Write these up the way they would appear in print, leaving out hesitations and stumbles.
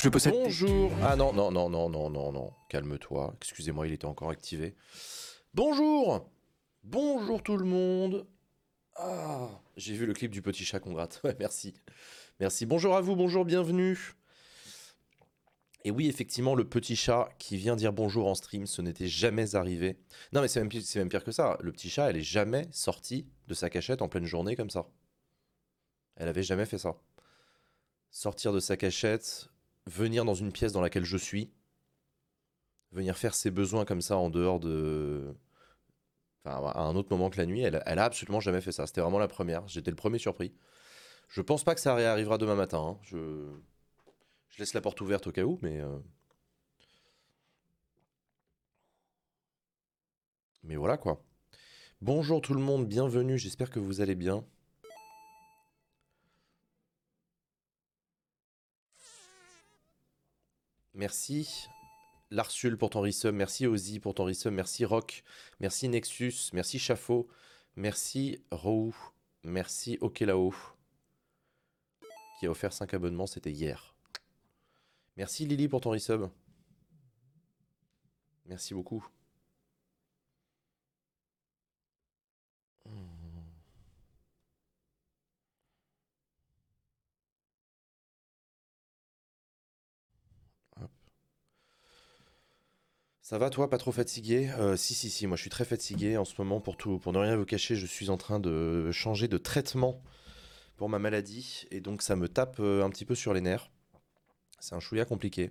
Je possède... Bonjour. Ah non, non, non, non, non, non, non. Calme-toi. Excusez-moi, il était encore activé. Bonjour. Bonjour tout le monde. Ah, j'ai vu le clip du petit chat qu'on gratte. Ouais, merci. Merci. Bonjour à vous, bonjour, bienvenue. Et oui, effectivement, le petit chat qui vient dire bonjour en stream, ce n'était jamais arrivé. Non, mais c'est même pire que ça. Le petit chat, elle est jamais sortie de sa cachette en pleine journée comme ça. Elle avait jamais fait ça. Sortir de sa cachette, venir dans une pièce dans laquelle je suis, venir faire ses besoins comme ça en dehors de... Enfin, à un autre moment que la nuit, elle a absolument jamais fait ça. C'était vraiment la première. J'étais le premier surpris. Je pense pas que ça réarrivera demain matin, hein. Je laisse la porte ouverte au cas où, mais voilà quoi. Bonjour tout le monde, bienvenue, j'espère que vous allez bien. Merci Larsul pour ton resub, merci Ozzy pour ton resub, merci Rock, merci Nexus, merci Chaffo, merci Rou, merci Okelao, qui a offert 5 abonnements, c'était hier. Merci Lily pour ton resub. Merci beaucoup. Hop. Ça va toi, pas trop fatigué? Si, moi je suis très fatigué en ce moment pour ne rien vous cacher, je suis en train de changer de traitement pour ma maladie et donc ça me tape un petit peu sur les nerfs. C'est un chouïa compliqué.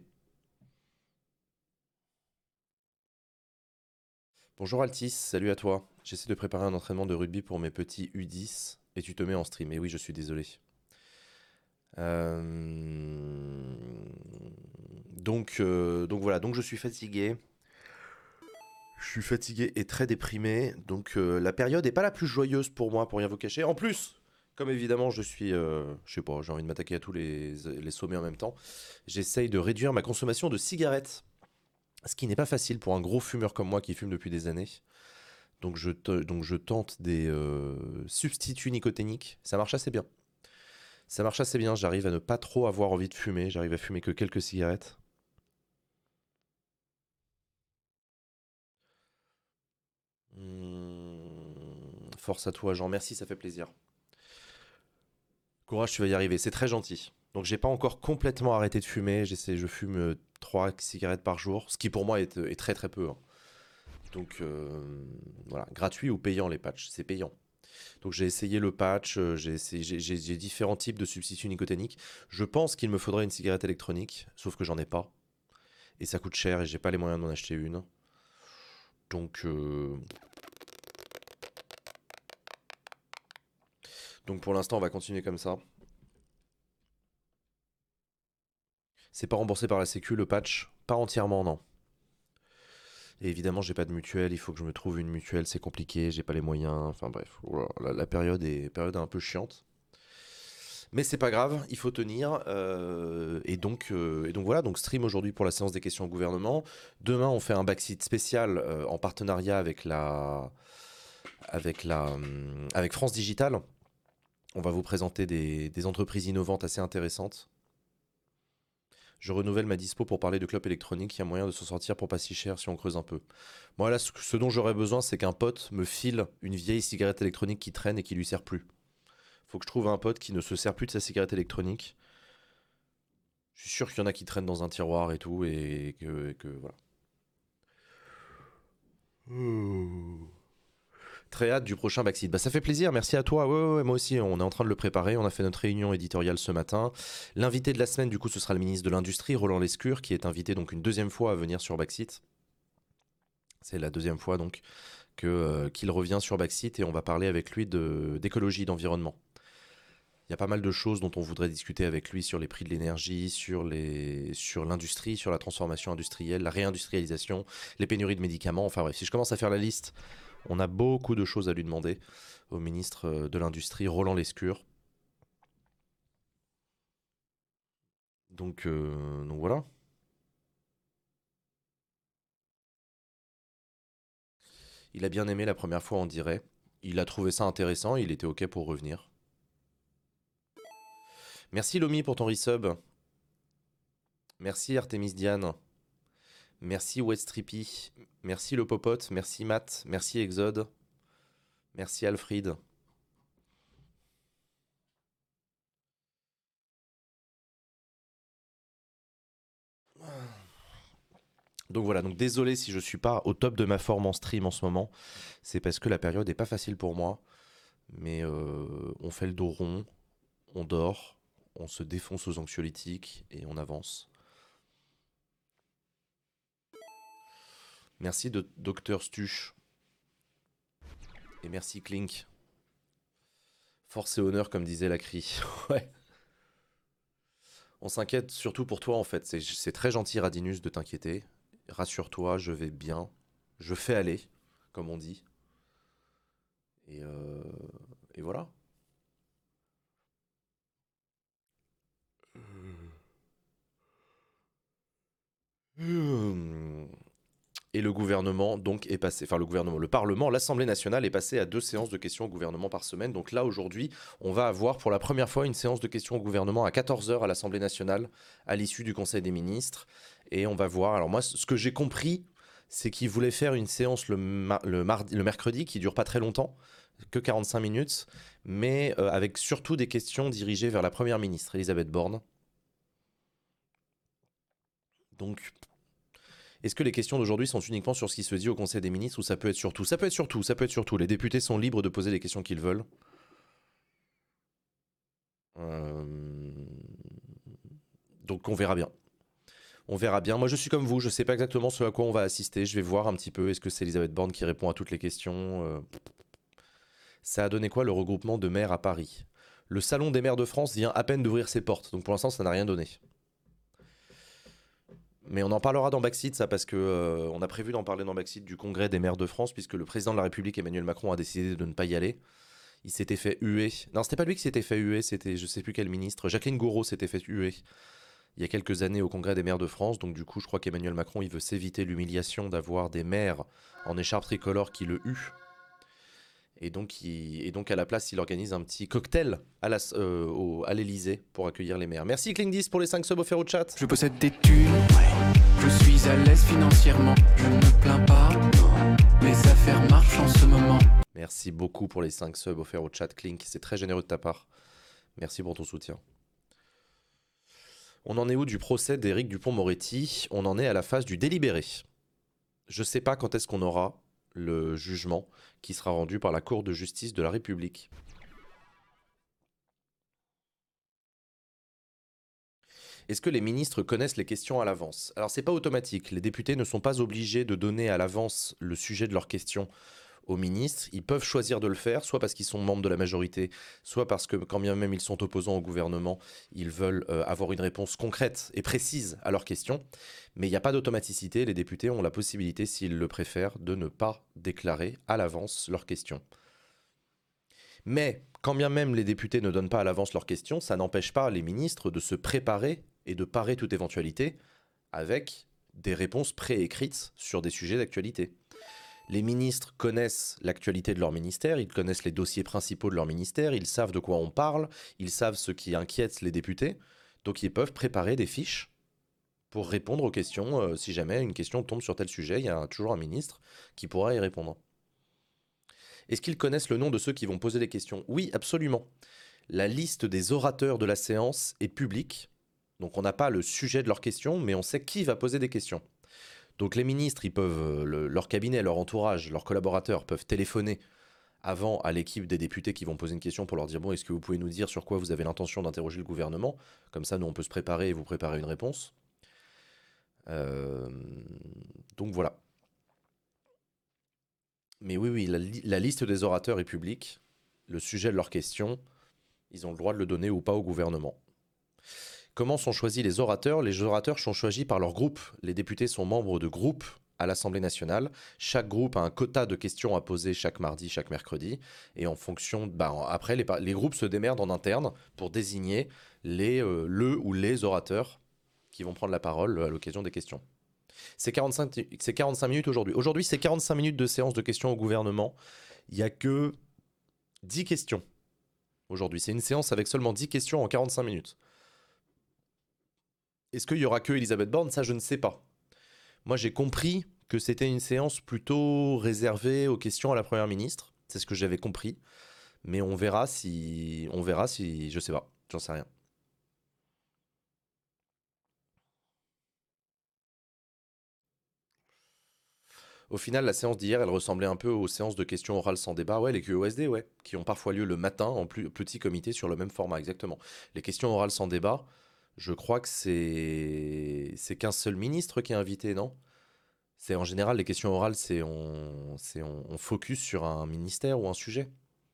Bonjour Altis, salut à toi. J'essaie de préparer un entraînement de rugby pour mes petits U10 et tu te mets en stream. Et oui, je suis désolé. Donc voilà, donc je suis fatigué. Je suis fatigué et très déprimé. Donc la période n'est pas la plus joyeuse pour moi, pour rien vous cacher. En plus, comme évidemment je suis, je sais pas, j'ai envie de m'attaquer à tous les sommets en même temps, j'essaye de réduire ma consommation de cigarettes. Ce qui n'est pas facile pour un gros fumeur comme moi qui fume depuis des années. Donc je tente des substituts nicotiniques. Ça marche assez bien. Ça marche assez bien, j'arrive à ne pas trop avoir envie de fumer. J'arrive à fumer que quelques cigarettes. Force à toi, Jean. Merci, ça fait plaisir. Courage, tu vas y arriver. C'est très gentil. Donc j'ai pas encore complètement arrêté de fumer. Je fume 3 cigarettes par jour, ce qui pour moi est très très peu, hein. Donc voilà, gratuit ou payant les patchs, c'est payant. Donc j'ai essayé le patch, j'ai différents types de substituts nicotiniques. Je pense qu'il me faudrait une cigarette électronique, sauf que j'en ai pas. Et ça coûte cher et j'ai pas les moyens d'en acheter une. Donc, euh, donc pour l'instant on va continuer comme ça. C'est pas remboursé par la sécu le patch, pas entièrement non. Et évidemment j'ai pas de mutuelle, il faut que je me trouve une mutuelle, c'est compliqué, j'ai pas les moyens. Enfin bref, voilà, la période est un peu chiante. Mais c'est pas grave, il faut tenir. Et donc voilà, donc stream aujourd'hui pour la séance des questions au gouvernement. Demain, on fait un backseat spécial en partenariat avec France Digital. On va vous présenter des entreprises innovantes assez intéressantes. Je renouvelle ma dispo pour parler de clopes électroniques. Il y a moyen de s'en sortir pour pas si cher si on creuse un peu. Moi, là, ce dont j'aurais besoin, c'est qu'un pote me file une vieille cigarette électronique qui traîne et qui lui sert plus. Faut que je trouve un pote qui ne se sert plus de sa cigarette électronique. Je suis sûr qu'il y en a qui traînent dans un tiroir et tout, et que voilà. Très hâte du prochain Backseat. Bah ça fait plaisir, merci à toi. Ouais, moi aussi, on est en train de le préparer. On a fait notre réunion éditoriale ce matin. L'invité de la semaine, du coup, ce sera le ministre de l'Industrie, Roland Lescure, qui est invité donc une deuxième fois à venir sur Backseat. C'est la deuxième fois donc qu'il revient sur Backseat et on va parler avec lui d'écologie, d'environnement. Il y a pas mal de choses dont on voudrait discuter avec lui sur les prix de l'énergie, sur l'industrie, sur la transformation industrielle, la réindustrialisation, les pénuries de médicaments. Enfin bref, si je commence à faire la liste, on a beaucoup de choses à lui demander au ministre de l'Industrie, Roland Lescure. Donc voilà. Il a bien aimé la première fois, on dirait. Il a trouvé ça intéressant, il était OK pour revenir. Merci Lomi pour ton resub. Merci Artemis Diane. Merci West Trippy. Merci le Popote. Merci Matt. Merci Exode. Merci Alfred. Donc voilà, donc désolé si je suis pas au top de ma forme en stream en ce moment. C'est parce que la période est pas facile pour moi. Mais on fait le dos rond, on dort, on se défonce aux anxiolytiques et on avance. Merci de Docteur Stuch. Et merci Clink. Force et honneur comme disait la cri. Ouais. On s'inquiète surtout pour toi en fait. C'est très gentil Radinus de t'inquiéter. Rassure-toi, je vais bien. Je fais aller, comme on dit. Et, euh, et voilà. Et le gouvernement donc est passé, enfin le gouvernement, le Parlement, l'Assemblée nationale est passé à 2 séances de questions au gouvernement par semaine. Donc là aujourd'hui, on va avoir pour la première fois une séance de questions au gouvernement à 14 heures à l'Assemblée nationale à l'issue du Conseil des ministres. Et on va voir, alors moi ce que j'ai compris, c'est qu'ils voulaient faire une séance le mercredi qui dure pas très longtemps, que 45 minutes, mais avec surtout des questions dirigées vers la Première ministre, Elisabeth Borne. Donc est-ce que les questions d'aujourd'hui sont uniquement sur ce qui se dit au Conseil des ministres ou ça peut être sur tout? Ça peut être sur tout, ça peut être sur tout. Les députés sont libres de poser les questions qu'ils veulent. Euh, Donc on verra bien. On verra bien. Moi je suis comme vous, je sais pas exactement ce à quoi on va assister. Je vais voir un petit peu. Est-ce que c'est Elisabeth Borne qui répond à toutes les questions? Ça a donné quoi le regroupement de maires à Paris? Le Salon des maires de France vient à peine d'ouvrir ses portes. Donc pour l'instant ça n'a rien donné. Mais on en parlera dans Backseat, ça, parce que on a prévu d'en parler dans Backseat du congrès des maires de France, puisque le président de la République, Emmanuel Macron, a décidé de ne pas y aller. Il s'était fait huer. Non, c'était pas lui qui s'était fait huer, c'était je sais plus quel ministre. Jacqueline Gouraud s'était fait huer il y a quelques années au congrès des maires de France. Donc du coup, je crois qu'Emmanuel Macron, il veut s'éviter l'humiliation d'avoir des maires en écharpe tricolore qui le huent. Et donc à la place, il organise un petit cocktail à l'Elysée pour accueillir les maires. Merci Klingdis pour les 5 subs offerts au chat. Je possède des thunes, je suis à l'aise financièrement, je ne me plains pas, mes affaires marchent en ce moment. Merci beaucoup pour les 5 subs offerts au chat, Clink, c'est très généreux de ta part. Merci pour ton soutien. On en est où du procès d'Éric Dupond-Moretti? On en est à la phase du délibéré. Je sais pas quand est-ce qu'on aura le jugement qui sera rendu par la Cour de justice de la République. Est-ce que les ministres connaissent les questions à l'avance? Alors c'est pas automatique, les députés ne sont pas obligés de donner à l'avance le sujet de leurs questions aux ministres. Ils peuvent choisir de le faire, soit parce qu'ils sont membres de la majorité, soit parce que quand bien même ils sont opposants au gouvernement, ils veulent avoir une réponse concrète et précise à leurs questions. Mais il n'y a pas d'automaticité, les députés ont la possibilité, s'ils le préfèrent, de ne pas déclarer à l'avance leurs questions. Mais quand bien même les députés ne donnent pas à l'avance leurs questions, ça n'empêche pas les ministres de se préparer et de parer toute éventualité avec des réponses préécrites sur des sujets d'actualité. Les ministres connaissent l'actualité de leur ministère, ils connaissent les dossiers principaux de leur ministère, ils savent de quoi on parle, ils savent ce qui inquiète les députés, donc ils peuvent préparer des fiches pour répondre aux questions. Si jamais une question tombe sur tel sujet, il y a toujours un ministre qui pourra y répondre. Est-ce qu'ils connaissent le nom de ceux qui vont poser les questions? Oui, absolument. La liste des orateurs de la séance est publique, donc on n'a pas le sujet de leurs questions, mais on sait qui va poser des questions. Donc les ministres, ils peuvent, leur cabinet, leur entourage, leurs collaborateurs peuvent téléphoner avant à l'équipe des députés qui vont poser une question pour leur dire bon, est-ce que vous pouvez nous dire sur quoi vous avez l'intention d'interroger le gouvernement? Comme ça, nous, on peut se préparer et vous préparer une réponse. Donc voilà. Mais oui, la liste des orateurs est publique. Le sujet de leurs questions, ils ont le droit de le donner ou pas au gouvernement. Comment sont choisis les orateurs? Les orateurs sont choisis par leur groupe. Les députés sont membres de groupes à l'Assemblée nationale. Chaque groupe a un quota de questions à poser chaque mardi, chaque mercredi. Et en fonction, après, les groupes se démerdent en interne pour désigner le ou les orateurs qui vont prendre la parole à l'occasion des questions. C'est 45 minutes aujourd'hui. Aujourd'hui, c'est 45 minutes de séance de questions au gouvernement. Il n'y a que 10 questions aujourd'hui. C'est une séance avec seulement 10 questions en 45 minutes. Est-ce qu'il y aura que Elisabeth Borne? Ça, je ne sais pas. Moi, j'ai compris que c'était une séance plutôt réservée aux questions à la Première ministre. C'est ce que j'avais compris. Mais on verra si... On verra si... Je sais pas. J'en sais rien. Au final, la séance d'hier, elle ressemblait un peu aux séances de questions orales sans débat, ouais, les QOSD, ouais, qui ont parfois lieu le matin en plus petit comité sur le même format, exactement. Les questions orales sans débat, je crois que c'est qu'un seul ministre qui est invité, non? C'est en général les questions orales, on focus sur un ministère ou un sujet.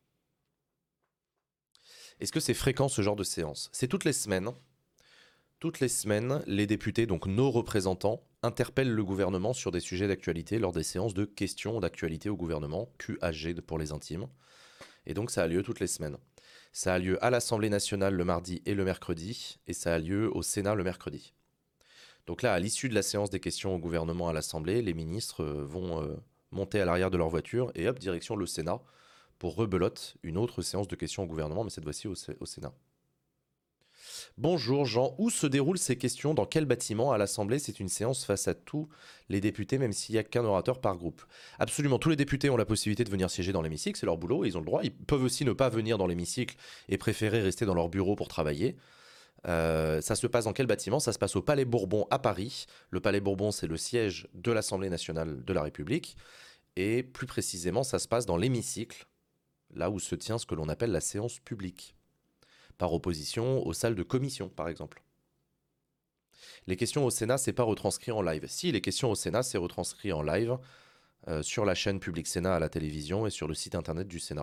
Est-ce que c'est fréquent ce genre de séance? C'est toutes les semaines. Toutes les semaines, les députés, donc nos représentants, interpellent le gouvernement sur des sujets d'actualité lors des séances de questions d'actualité au gouvernement, QAG pour les intimes. Et donc ça a lieu toutes les semaines. Ça a lieu à l'Assemblée nationale le mardi et le mercredi, et ça a lieu au Sénat le mercredi. Donc là, à l'issue de la séance des questions au gouvernement à l'Assemblée, les ministres vont monter à l'arrière de leur voiture et hop, direction le Sénat pour rebelote une autre séance de questions au gouvernement, mais cette fois-ci au Sénat. Bonjour Jean, où se déroulent ces questions? Dans quel bâtiment? À l'Assemblée, c'est une séance face à tous les députés, même s'il n'y a qu'un orateur par groupe. Absolument, tous les députés ont la possibilité de venir siéger dans l'hémicycle, c'est leur boulot, ils ont le droit. Ils peuvent aussi ne pas venir dans l'hémicycle et préférer rester dans leur bureau pour travailler. Ça se passe dans quel bâtiment? Ça se passe au Palais Bourbon à Paris. Le Palais Bourbon, c'est le siège de l'Assemblée nationale de la République. Et plus précisément, ça se passe dans l'hémicycle, là où se tient ce que l'on appelle la séance publique, par opposition aux salles de commission, par exemple. Les questions au Sénat, c'est pas retranscrit en live. Si, les questions au Sénat, c'est retranscrit en live sur la chaîne Public Sénat à la télévision et sur le site internet du Sénat.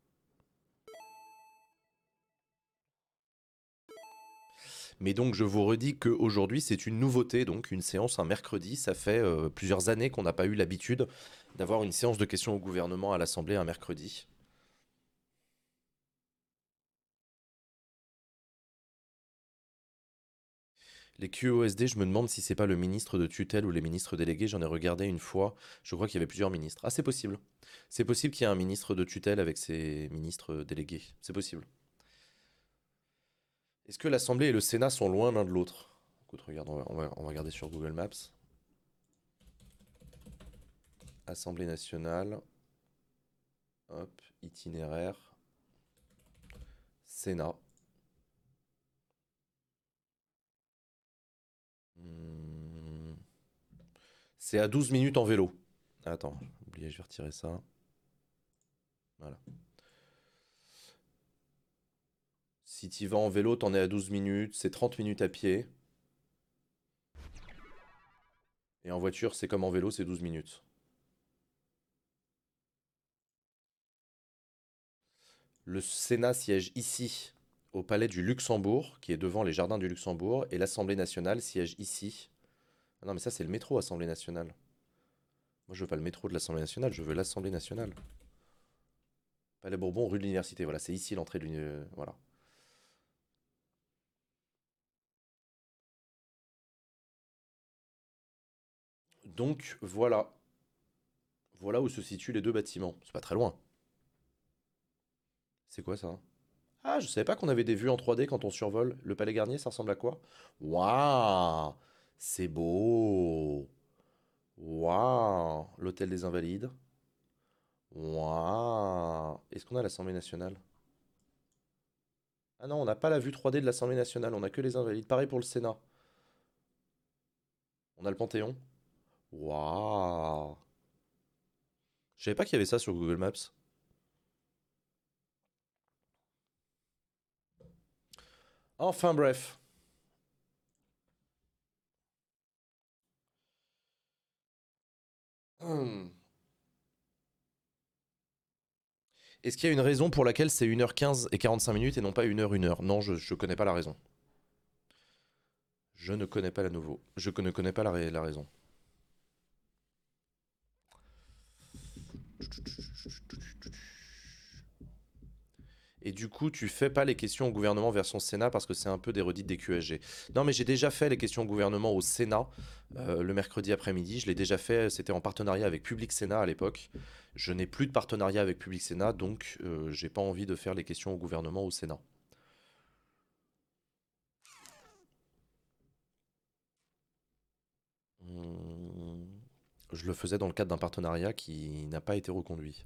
Mais donc, je vous redis qu'aujourd'hui, c'est une nouveauté, donc une séance un mercredi. Ça fait plusieurs années qu'on n'a pas eu l'habitude d'avoir une séance de questions au gouvernement à l'Assemblée un mercredi. Les QOSD, je me demande si c'est pas le ministre de tutelle ou les ministres délégués. J'en ai regardé une fois. Je crois qu'il y avait plusieurs ministres. Ah, c'est possible. C'est possible qu'il y ait un ministre de tutelle avec ses ministres délégués. C'est possible. Est-ce que l'Assemblée et le Sénat sont loin l'un de l'autre? Écoute, regarde, on va regarder sur Google Maps. Assemblée nationale. Hop, itinéraire. Sénat. Hmm. C'est à 12 minutes en vélo. Attends, oublié, je vais retirer ça. Voilà. Si tu vas en vélo, t'en es à 12 minutes. C'est 30 minutes à pied. Et en voiture, c'est comme en vélo, c'est 12 minutes. Le Sénat siège ici, au Palais du Luxembourg, qui est devant les jardins du Luxembourg, et l'Assemblée nationale siège ici. Ah non, mais ça, c'est le métro, Assemblée nationale. Moi, je veux pas le métro de l'Assemblée nationale, je veux l'Assemblée nationale. Palais Bourbon, rue de l'Université. Voilà, c'est ici l'entrée de l'université. Voilà. Donc, voilà. Voilà où se situent les deux bâtiments. C'est pas très loin. C'est quoi ça? Ah, je savais pas qu'on avait des vues en 3D quand on survole. Le Palais Garnier, ça ressemble à quoi? Waouh! C'est beau! Waouh! L'Hôtel des Invalides. Waouh! Est-ce qu'on a l'Assemblée nationale? Ah non, on n'a pas la vue 3D de l'Assemblée nationale, on a que les Invalides. Pareil pour le Sénat. On a le Panthéon. Waouh! Je savais pas qu'il y avait ça sur Google Maps. Enfin bref. Hum. Est-ce qu'il y a une raison pour laquelle c'est 1h15 et 45 minutes et non pas 1h? Non, je connais pas la raison. Je ne connais pas la nouveau. Je ne connais pas la raison. Et du coup, tu fais pas les questions au gouvernement version Sénat parce que c'est un peu des redites des QSG. Non, mais j'ai déjà fait les questions au gouvernement au Sénat le mercredi après-midi. Je l'ai déjà fait, c'était en partenariat avec Public Sénat à l'époque. Je n'ai plus de partenariat avec Public Sénat, donc j'ai pas envie de faire les questions au gouvernement au Sénat. Je le faisais dans le cadre d'un partenariat qui n'a pas été reconduit.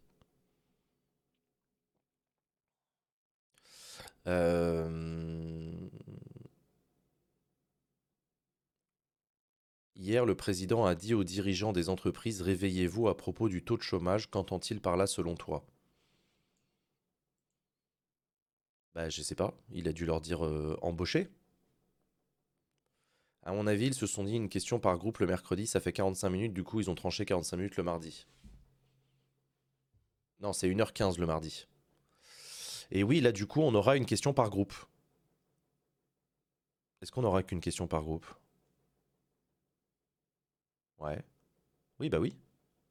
Euh, Hier, le président a dit aux dirigeants des entreprises: réveillez-vous à propos du taux de chômage. Qu'entend-il par là selon toi? Bah, je sais pas. Il a dû leur dire embaucher. À mon avis, ils se sont dit une question par groupe le mercredi, ça fait 45 minutes, du coup ils ont tranché 45 minutes le mardi. Non, c'est 1h15 le mardi. Et oui, là du coup, on aura une question par groupe. Est-ce qu'on aura qu'une question par groupe? Ouais. Oui, bah oui.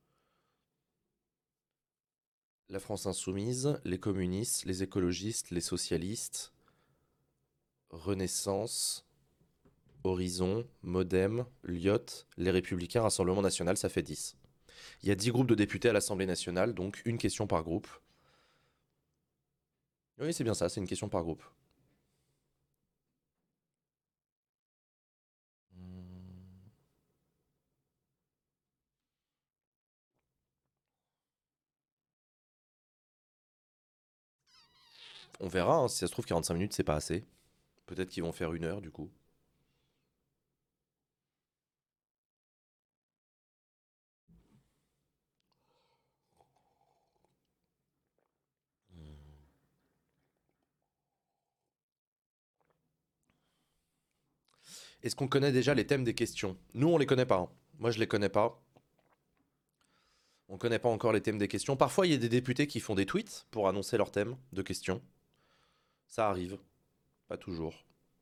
La France insoumise, les communistes, les écologistes, les socialistes, Renaissance, Horizon, Modem, Lyot, les Républicains, Rassemblement National, ça fait 10. Il y a 10 groupes de députés à l'Assemblée nationale, donc une question par groupe. Oui, c'est bien ça, c'est une question par groupe. Hmm. On verra, hein, si ça se trouve 45 minutes, c'est pas assez. Peut-être qu'ils vont faire 1 heure du coup. Est-ce qu'on connaît déjà les thèmes des questions? Nous, on les connaît pas, hein. Moi, je les connais pas. On connaît pas encore les thèmes des questions. Parfois, il y a des députés qui font des tweets pour annoncer leur thème de questions. Ça arrive. Pas toujours.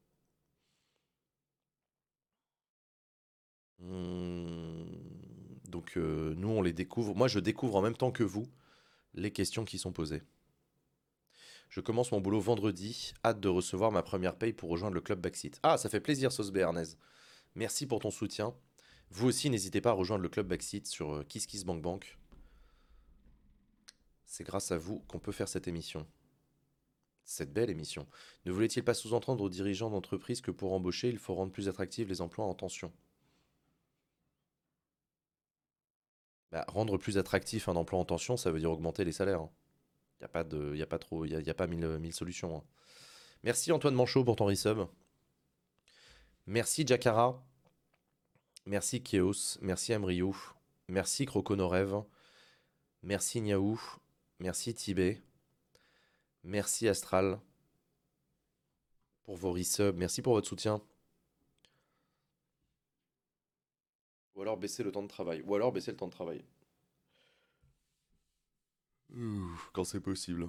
Hmm. Donc, nous, on les découvre. Moi, je découvre en même temps que vous les questions qui sont posées. Je commence mon boulot vendredi. Hâte de recevoir ma première paye pour rejoindre le club Backseat. Ah, ça fait plaisir, Sauce Béarnaise. Merci pour ton soutien. Vous aussi, n'hésitez pas à rejoindre le club Backseat sur KissKissBankBank. C'est grâce à vous qu'on peut faire cette émission. Cette belle émission. Ne voulait-il pas sous-entendre aux dirigeants d'entreprise que pour embaucher, il faut rendre plus attractifs les emplois en tension? Bah, rendre plus attractif un emploi en tension, ça veut dire augmenter les salaires, hein. Y a pas de, y a pas trop, y a pas mille solutions, hein. Merci Antoine Manchot pour ton resub. Merci Jakara. Merci Keos. Merci Amriou. Merci Croconorev. Merci Niaou. Merci Tibet. Merci Astral pour vos resubs. Merci pour votre soutien. Ou alors baisser le temps de travail. Ou alors baisser le temps de travail. Quand c'est possible.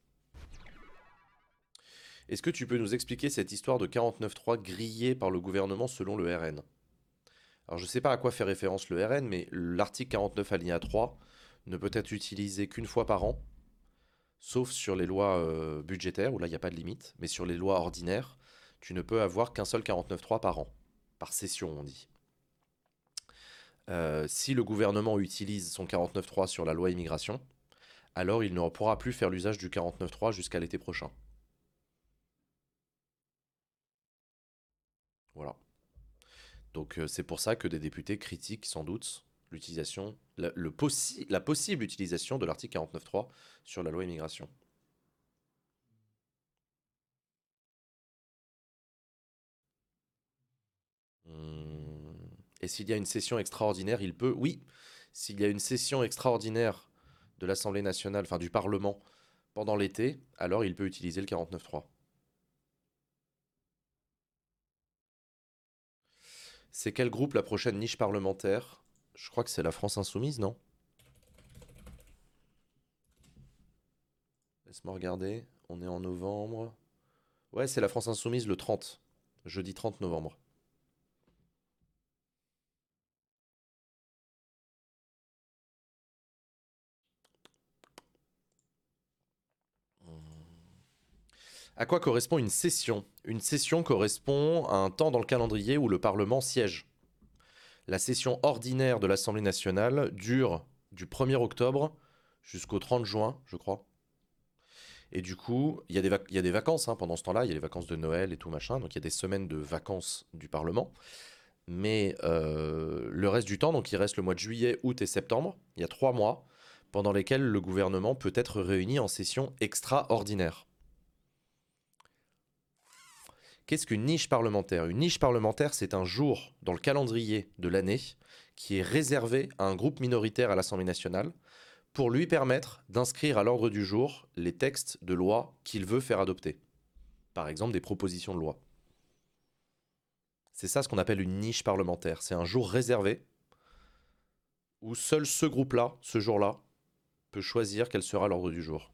Est-ce que tu peux nous expliquer cette histoire de 49.3 grillée par le gouvernement selon le RN? Alors je ne sais pas à quoi fait référence le RN, mais l'article 49 alinéa 3 ne peut être utilisé qu'une fois par an, sauf sur les lois budgétaires, où là il n'y a pas de limite, mais sur les lois ordinaires, tu ne peux avoir qu'un seul 49.3 par an, par session on dit. Si le gouvernement utilise son 49.3 sur la loi immigration, alors il ne pourra plus faire l'usage du 49.3 jusqu'à l'été prochain. Voilà. Donc c'est pour ça que des députés critiquent sans doute l'utilisation, la possible utilisation de l'article 49.3 sur la loi immigration. Et s'il y a une session extraordinaire, il peut, oui, s'il y a une session extraordinaire de l'Assemblée nationale, enfin du Parlement, pendant l'été, alors il peut utiliser le 49.3. C'est quel groupe la prochaine niche parlementaire? Je crois que c'est la France Insoumise, non? Laisse-moi regarder. On est en novembre. Ouais, c'est la France Insoumise le 30. Jeudi 30 novembre. À quoi correspond une session? Une session correspond à un temps dans le calendrier où le Parlement siège. La session ordinaire de l'Assemblée nationale dure du 1er octobre jusqu'au 30 juin, je crois. Et du coup, il y a des vacances, hein, pendant ce temps-là. Il y a les vacances de Noël et tout machin. Donc il y a des semaines de vacances du Parlement. Mais le reste du temps, donc il reste le mois de juillet, août et septembre, il y a 3 mois pendant lesquels le gouvernement peut être réuni en session extraordinaire. Qu'est-ce qu'une niche parlementaire? Une niche parlementaire, c'est un jour dans le calendrier de l'année qui est réservé à un groupe minoritaire à l'Assemblée nationale pour lui permettre d'inscrire à l'ordre du jour les textes de loi qu'il veut faire adopter. Par exemple, des propositions de loi. C'est ça ce qu'on appelle une niche parlementaire. C'est un jour réservé où seul ce groupe-là, ce jour-là, peut choisir quel sera l'ordre du jour.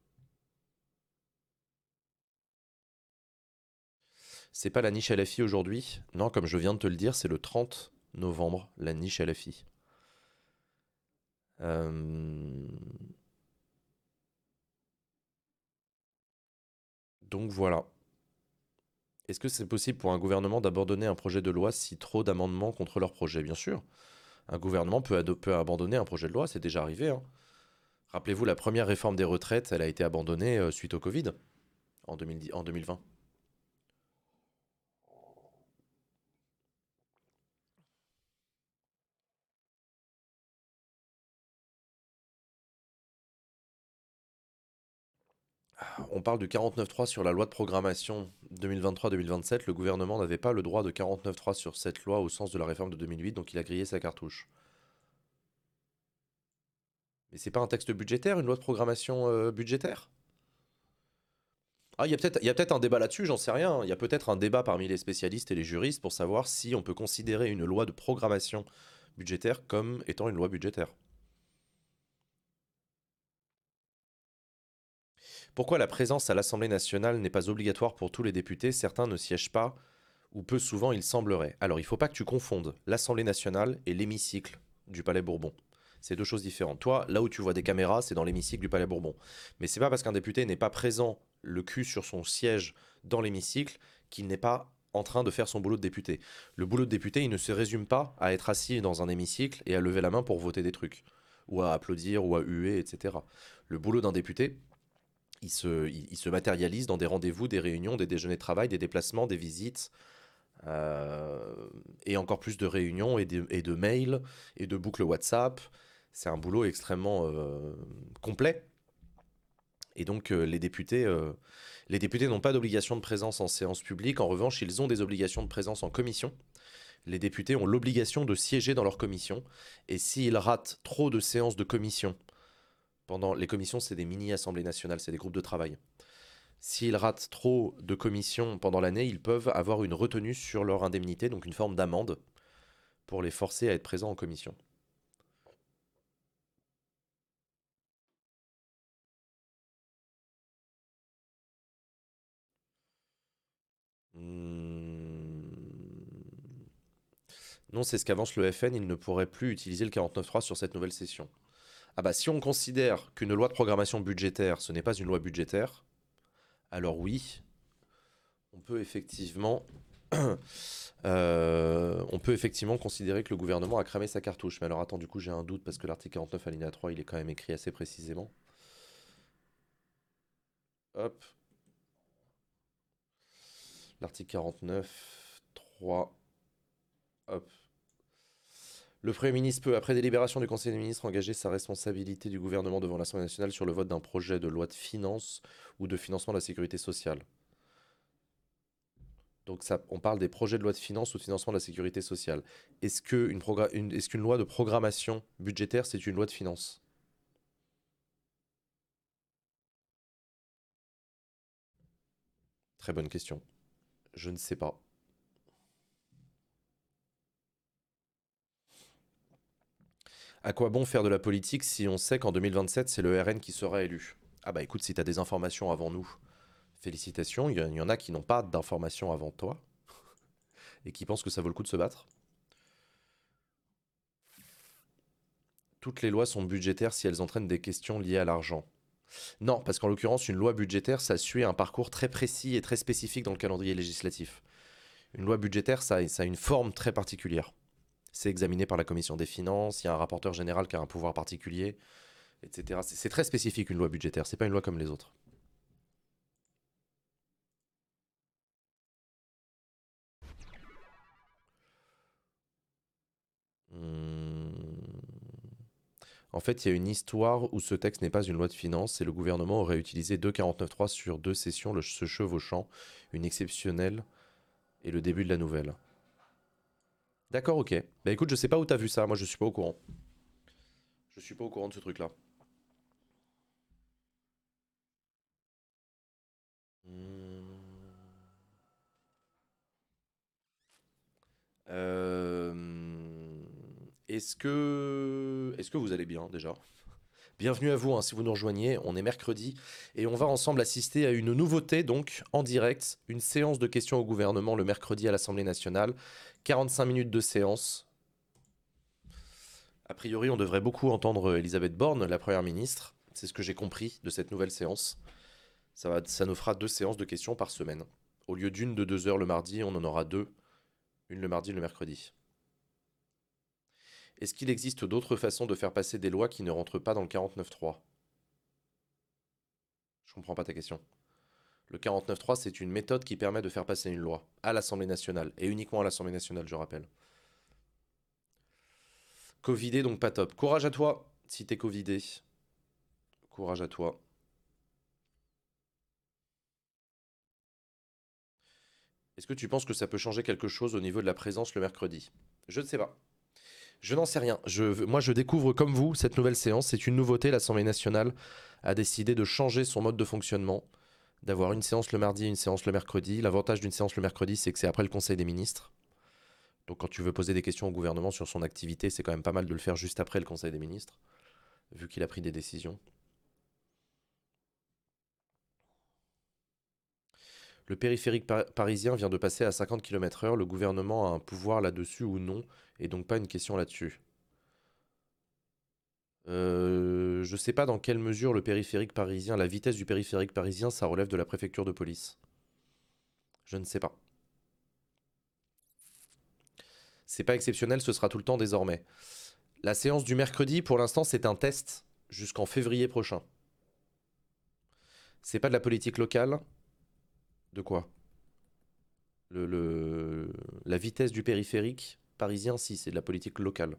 C'est pas la niche LFI aujourd'hui. Non, comme je viens de te le dire, c'est le 30 novembre, la niche LFI. Donc voilà. Est-ce que c'est possible pour un gouvernement d'abandonner un projet de loi si trop d'amendements contre leur projet? Bien sûr. Un gouvernement peut abandonner un projet de loi, c'est déjà arrivé, hein. Rappelez-vous, la première réforme des retraites, elle a été abandonnée suite au Covid en 2020. On parle du 49.3 sur la loi de programmation 2023-2027. Le gouvernement n'avait pas le droit de 49.3 sur cette loi au sens de la réforme de 2008, donc il a grillé sa cartouche. Mais c'est pas un texte budgétaire, une loi de programmation budgétaire? Ah, il y a peut-être un débat là-dessus, j'en sais rien. Il y a peut-être un débat parmi les spécialistes et les juristes pour savoir si on peut considérer une loi de programmation budgétaire comme étant une loi budgétaire. Pourquoi la présence à l'Assemblée nationale n'est pas obligatoire pour tous les députés? Certains ne siègent pas, ou peu souvent il semblerait. Alors il ne faut pas que tu confondes l'Assemblée nationale et l'hémicycle du Palais Bourbon. C'est deux choses différentes. Toi, là où tu vois des caméras, c'est dans l'hémicycle du Palais Bourbon. Mais c'est pas parce qu'un député n'est pas présent, le cul sur son siège dans l'hémicycle, qu'il n'est pas en train de faire son boulot de député. Le boulot de député, il ne se résume pas à être assis dans un hémicycle et à lever la main pour voter des trucs, ou à applaudir, ou à huer, etc. Le boulot d'un député, il se matérialise dans des rendez-vous, des réunions, des déjeuners de travail, des déplacements, des visites, et encore plus de réunions et de mails et de boucles WhatsApp. C'est un boulot extrêmement complet. Et donc les députés n'ont pas d'obligation de présence en séance publique. En revanche, ils ont des obligations de présence en commission. Les députés ont l'obligation de siéger dans leur commission. Et s'ils ratent trop de séances de commission, les commissions, c'est des mini-assemblées nationales, c'est des groupes de travail. S'ils ratent trop de commissions pendant l'année, ils peuvent avoir une retenue sur leur indemnité, donc une forme d'amende, pour les forcer à être présents en commission. Hmm. Non, c'est ce qu'avance le FN, il ne pourrait plus utiliser le 49.3 sur cette nouvelle session. Ah bah si on considère qu'une loi de programmation budgétaire, ce n'est pas une loi budgétaire, alors oui, on peut effectivement, on peut effectivement considérer que le gouvernement a cramé sa cartouche. Mais alors attends, du coup j'ai un doute parce que l'article 49 alinéa 3, il est quand même écrit assez précisément. Hop. L'article 49, 3. Hop. Le Premier ministre peut, après délibération du Conseil des ministres, engager sa responsabilité du gouvernement devant l'Assemblée nationale sur le vote d'un projet de loi de finances ou de financement de la sécurité sociale. Donc ça, on parle des projets de loi de finances ou de financement de la sécurité sociale. Est-ce qu'une loi de programmation budgétaire, c'est une loi de finances? Très bonne question. Je ne sais pas. À quoi bon faire de la politique si on sait qu'en 2027, c'est le RN qui sera élu? Ah bah écoute, si tu as des informations avant nous, félicitations. Il y en a qui n'ont pas d'informations avant toi et qui pensent que ça vaut le coup de se battre. Toutes les lois sont budgétaires si elles entraînent des questions liées à l'argent. Non, parce qu'en l'occurrence, une loi budgétaire, ça suit un parcours très précis et très spécifique dans le calendrier législatif. Une loi budgétaire, ça a une forme très particulière. C'est examiné par la commission des finances, il y a un rapporteur général qui a un pouvoir particulier, etc. C'est très spécifique une loi budgétaire, c'est pas une loi comme les autres. En fait, il y a une histoire où ce texte n'est pas une loi de finances et le gouvernement aurait utilisé 2,49.3 sur 2 sessions, se chevauchant, une exceptionnelle et le début de la nouvelle. D'accord, ok. Bah écoute, je sais pas où t'as vu ça, moi je suis pas au courant. Je suis pas au courant de ce truc-là. Hmm. Euh, Est-ce que vous allez bien déjà? Bienvenue à vous hein, si vous nous rejoignez, on est mercredi et on va ensemble assister à une nouveauté donc en direct, une séance de questions au gouvernement le mercredi à l'Assemblée nationale, 45 minutes de séance. A priori on devrait beaucoup entendre Elisabeth Borne, la Première ministre, c'est ce que j'ai compris de cette nouvelle séance. Ça nous fera 2 séances de questions par semaine. Au lieu d'une de 2 heures le mardi, on en aura 2, une le mardi et le mercredi. Est-ce qu'il existe d'autres façons de faire passer des lois qui ne rentrent pas dans le 49.3? Je comprends pas ta question. Le 49.3, c'est une méthode qui permet de faire passer une loi à l'Assemblée nationale, et uniquement à l'Assemblée nationale, je rappelle. Covidé, donc pas top. Courage à toi, si t'es covidé. Courage à toi. Est-ce que tu penses que ça peut changer quelque chose au niveau de la présence le mercredi? Je ne sais pas. Je n'en sais rien. Moi, je découvre comme vous cette nouvelle séance. C'est une nouveauté. L'Assemblée nationale a décidé de changer son mode de fonctionnement, d'avoir une séance le mardi et une séance le mercredi. L'avantage d'une séance le mercredi, c'est que c'est après le Conseil des ministres. Donc quand tu veux poser des questions au gouvernement sur son activité, c'est quand même pas mal de le faire juste après le Conseil des ministres, vu qu'il a pris des décisions. Le périphérique parisien vient de passer à 50 km/h. Le gouvernement a un pouvoir là-dessus ou non, et donc pas une question là-dessus. Je sais pas dans quelle mesure le périphérique parisien, la vitesse du périphérique parisien, ça relève de la préfecture de police. Je ne sais pas. C'est pas exceptionnel, ce sera tout le temps désormais. La séance du mercredi, pour l'instant, c'est un test jusqu'en février prochain. C'est pas de la politique locale. De quoi? La vitesse du périphérique parisien, si, c'est de la politique locale.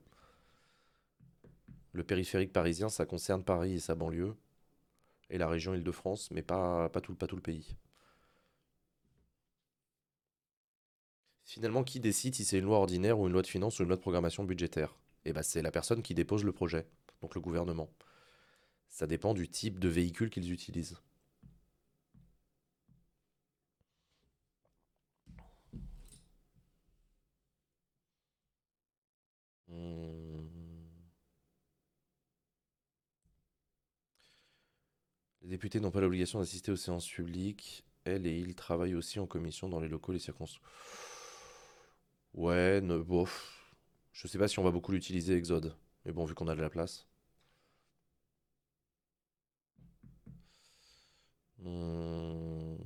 Le périphérique parisien, ça concerne Paris et sa banlieue, et la région Île-de-France, mais pas tout le pays. Finalement, qui décide si c'est une loi ordinaire ou une loi de finances ou une loi de programmation budgétaire? Eh ben, c'est la personne qui dépose le projet, donc le gouvernement. Ça dépend du type de véhicule qu'ils utilisent. Hmm. Les députés n'ont pas l'obligation d'assister aux séances publiques. Elle et ils travaillent aussi en commission dans les locaux, les circonstances. Ouais, bof. Je sais pas si on va beaucoup l'utiliser, Exode. Mais bon, vu qu'on a de la place. Hmm.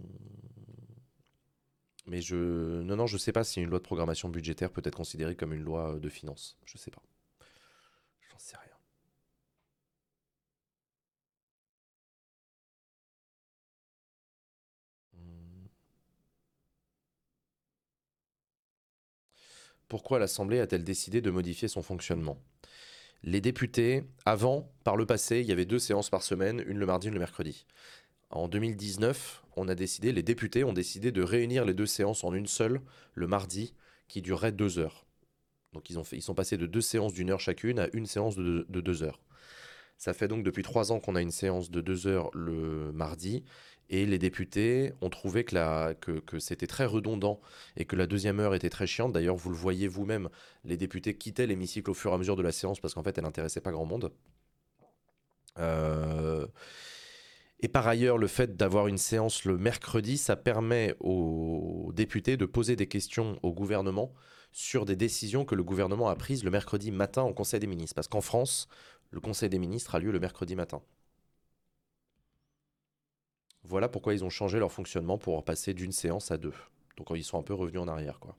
Mais Non, non, je sais pas si une loi de programmation budgétaire peut être considérée comme une loi de finances. Je sais pas. J'en sais rien. Hmm. Pourquoi l'Assemblée a-t-elle décidé de modifier son fonctionnement? Les députés, avant, par le passé, il y avait 2 séances par semaine, une le mardi, une le mercredi. En 2019, les députés ont décidé de réunir les 2 séances en une seule, le mardi, qui durerait 2 heures. Donc ils sont passés de 2 séances d'1 heure chacune à une séance de 2 heures. Ça fait donc depuis 3 ans qu'on a une séance de 2 heures le mardi, et les députés ont trouvé que c'était très redondant et que la deuxième heure était très chiante. D'ailleurs, vous le voyez vous-même, les députés quittaient l'hémicycle au fur et à mesure de la séance parce qu'en fait, elle n'intéressait pas grand monde. Euh, Et par ailleurs, le fait d'avoir une séance le mercredi, ça permet aux députés de poser des questions au gouvernement sur des décisions que le gouvernement a prises le mercredi matin au Conseil des ministres. Parce qu'en France, le Conseil des ministres a lieu le mercredi matin. Voilà pourquoi ils ont changé leur fonctionnement pour passer d'une séance à 2. Donc ils sont un peu revenus en arrière, quoi.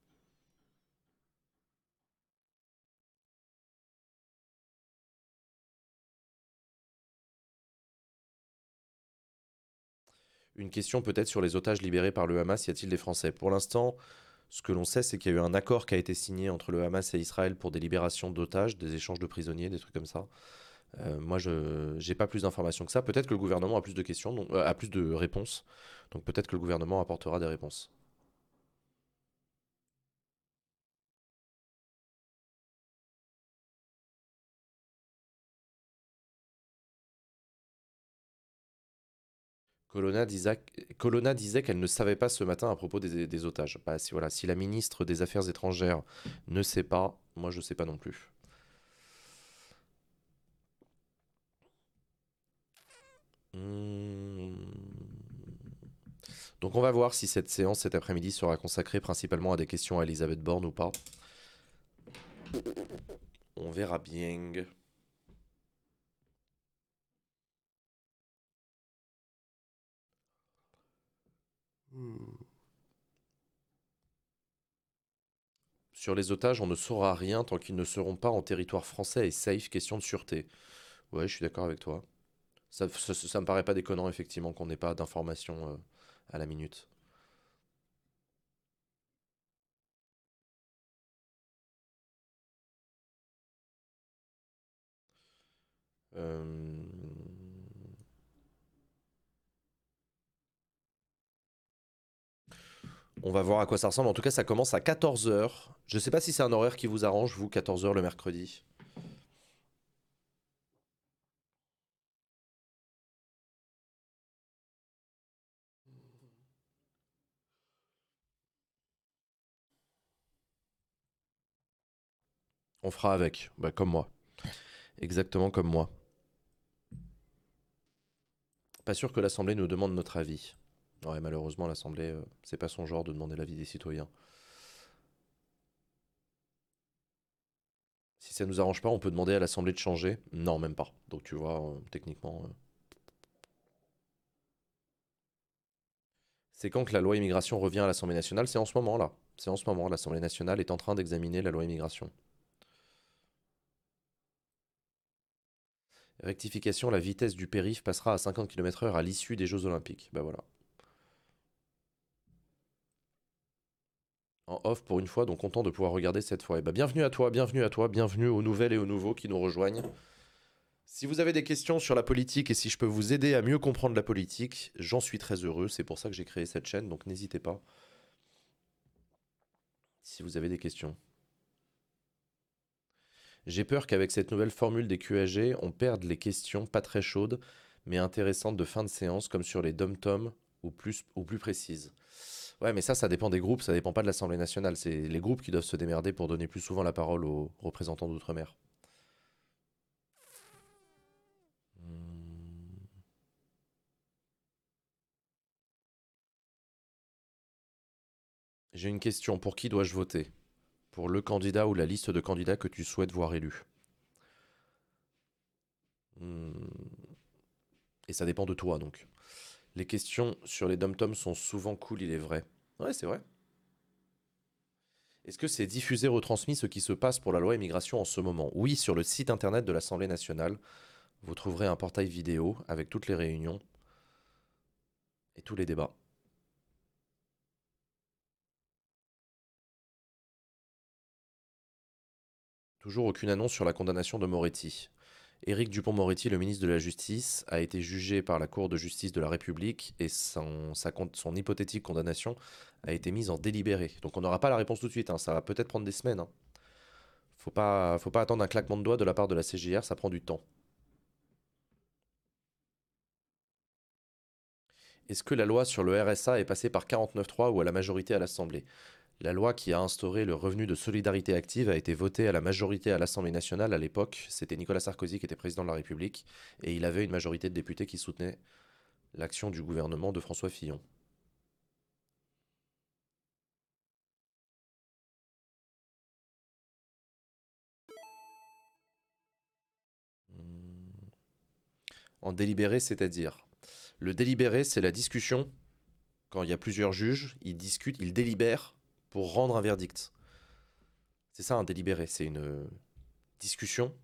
Une question peut-être sur les otages libérés par le Hamas, y a-t-il des Français? Pour l'instant, ce que l'on sait, c'est qu'il y a eu un accord qui a été signé entre le Hamas et Israël pour des libérations d'otages, des échanges de prisonniers, des trucs comme ça. Moi, je j'ai pas plus d'informations que ça. Peut-être que le gouvernement a plus de questions, a plus de réponses. Donc peut-être que le gouvernement apportera des réponses. Colonna disait qu'elle ne savait pas ce matin à propos des otages. Bah, si, voilà, si la ministre des Affaires étrangères ne sait pas, moi je sais pas non plus. Hmm. Donc on va voir si cette séance cet après-midi sera consacrée principalement à des questions à Elisabeth Borne ou pas. On verra bien. Sur les otages, on ne saura rien tant qu'ils ne seront pas en territoire français et safe, question de sûreté. Ouais, je suis d'accord avec toi. Ça me paraît pas déconnant, effectivement, qu'on n'ait pas d'informations à la minute. Euh, On va voir à quoi ça ressemble. En tout cas, ça commence à 14 heures. Je sais pas si c'est un horaire qui vous arrange, vous, 14 heures le mercredi. On fera avec. Bah, comme moi. Exactement comme moi. Pas sûr que l'Assemblée nous demande notre avis. Ouais, malheureusement, l'Assemblée, c'est pas son genre de demander l'avis des citoyens. Si ça nous arrange pas, on peut demander à l'Assemblée de changer. Non, même pas. Donc tu vois, techniquement. C'est quand que la loi immigration revient à l'Assemblée nationale? C'est en ce moment là. C'est en ce moment. L'Assemblée nationale est en train d'examiner la loi immigration. Rectification, la vitesse du périph passera à 50 km/h à l'issue des Jeux Olympiques. Bah voilà. En off pour une fois, donc content de pouvoir regarder cette fois. Et bah bienvenue à toi, bienvenue à toi, bienvenue aux nouvelles et aux nouveaux qui nous rejoignent. Si vous avez des questions sur la politique et si je peux vous aider à mieux comprendre la politique, j'en suis très heureux. C'est pour ça que j'ai créé cette chaîne, donc n'hésitez pas si vous avez des questions. J'ai peur qu'avec cette nouvelle formule des QAG, on perde les questions pas très chaudes, mais intéressantes de fin de séance, comme sur les dom-toms ou plus précises. Ouais, mais ça dépend des groupes, ça dépend pas de l'Assemblée nationale. C'est les groupes qui doivent se démerder pour donner plus souvent la parole aux représentants d'outre-mer. Hmm. J'ai une question, pour qui dois-je voter? Pour le candidat ou la liste de candidats que tu souhaites voir élu. Hmm. Et ça dépend de toi, donc. Les questions sur les dom-toms sont souvent cool, il est vrai. Ouais, c'est vrai. Est-ce que c'est diffusé, retransmis ce qui se passe pour la loi immigration en ce moment? Oui, sur le site internet de l'Assemblée nationale, vous trouverez un portail vidéo avec toutes les réunions et tous les débats. Toujours aucune annonce sur la condamnation de Moretti. Éric Dupond-Moretti, le ministre de la Justice, a été jugé par la Cour de justice de la République et son hypothétique condamnation a été mise en délibéré. Donc on n'aura pas la réponse tout de suite, hein. Ça va peut-être prendre des semaines, hein. Faut pas attendre un claquement de doigts de la part de la CJR, ça prend du temps. Est-ce que la loi sur le RSA est passée par 49.3 ou à la majorité à l'Assemblée? La loi qui a instauré le revenu de solidarité active a été votée à la majorité à l'Assemblée nationale à l'époque. C'était Nicolas Sarkozy qui était président de la République et il avait une majorité de députés qui soutenaient l'action du gouvernement de François Fillon. Hmm. En délibéré, c'est-à-dire? Le délibéré, c'est la discussion. Quand il y a plusieurs juges, ils discutent, ils délibèrent pour rendre un verdict. C'est ça un délibéré, c'est une discussion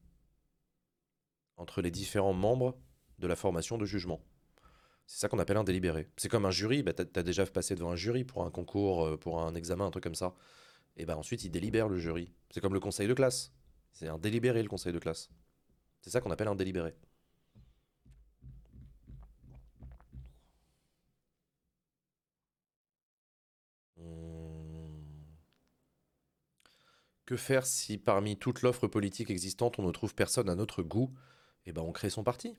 entre les différents membres de la formation de jugement. C'est ça qu'on appelle un délibéré. C'est comme un jury, bah t'as déjà passé devant un jury pour un concours, pour un examen, un truc comme ça. Et bah ensuite, il délibère le jury. C'est comme le conseil de classe. C'est un délibéré, le conseil de classe. C'est ça qu'on appelle un délibéré. Hmm. Que faire si parmi toute l'offre politique existante, on ne trouve personne à notre goût? Eh ben, on crée son parti.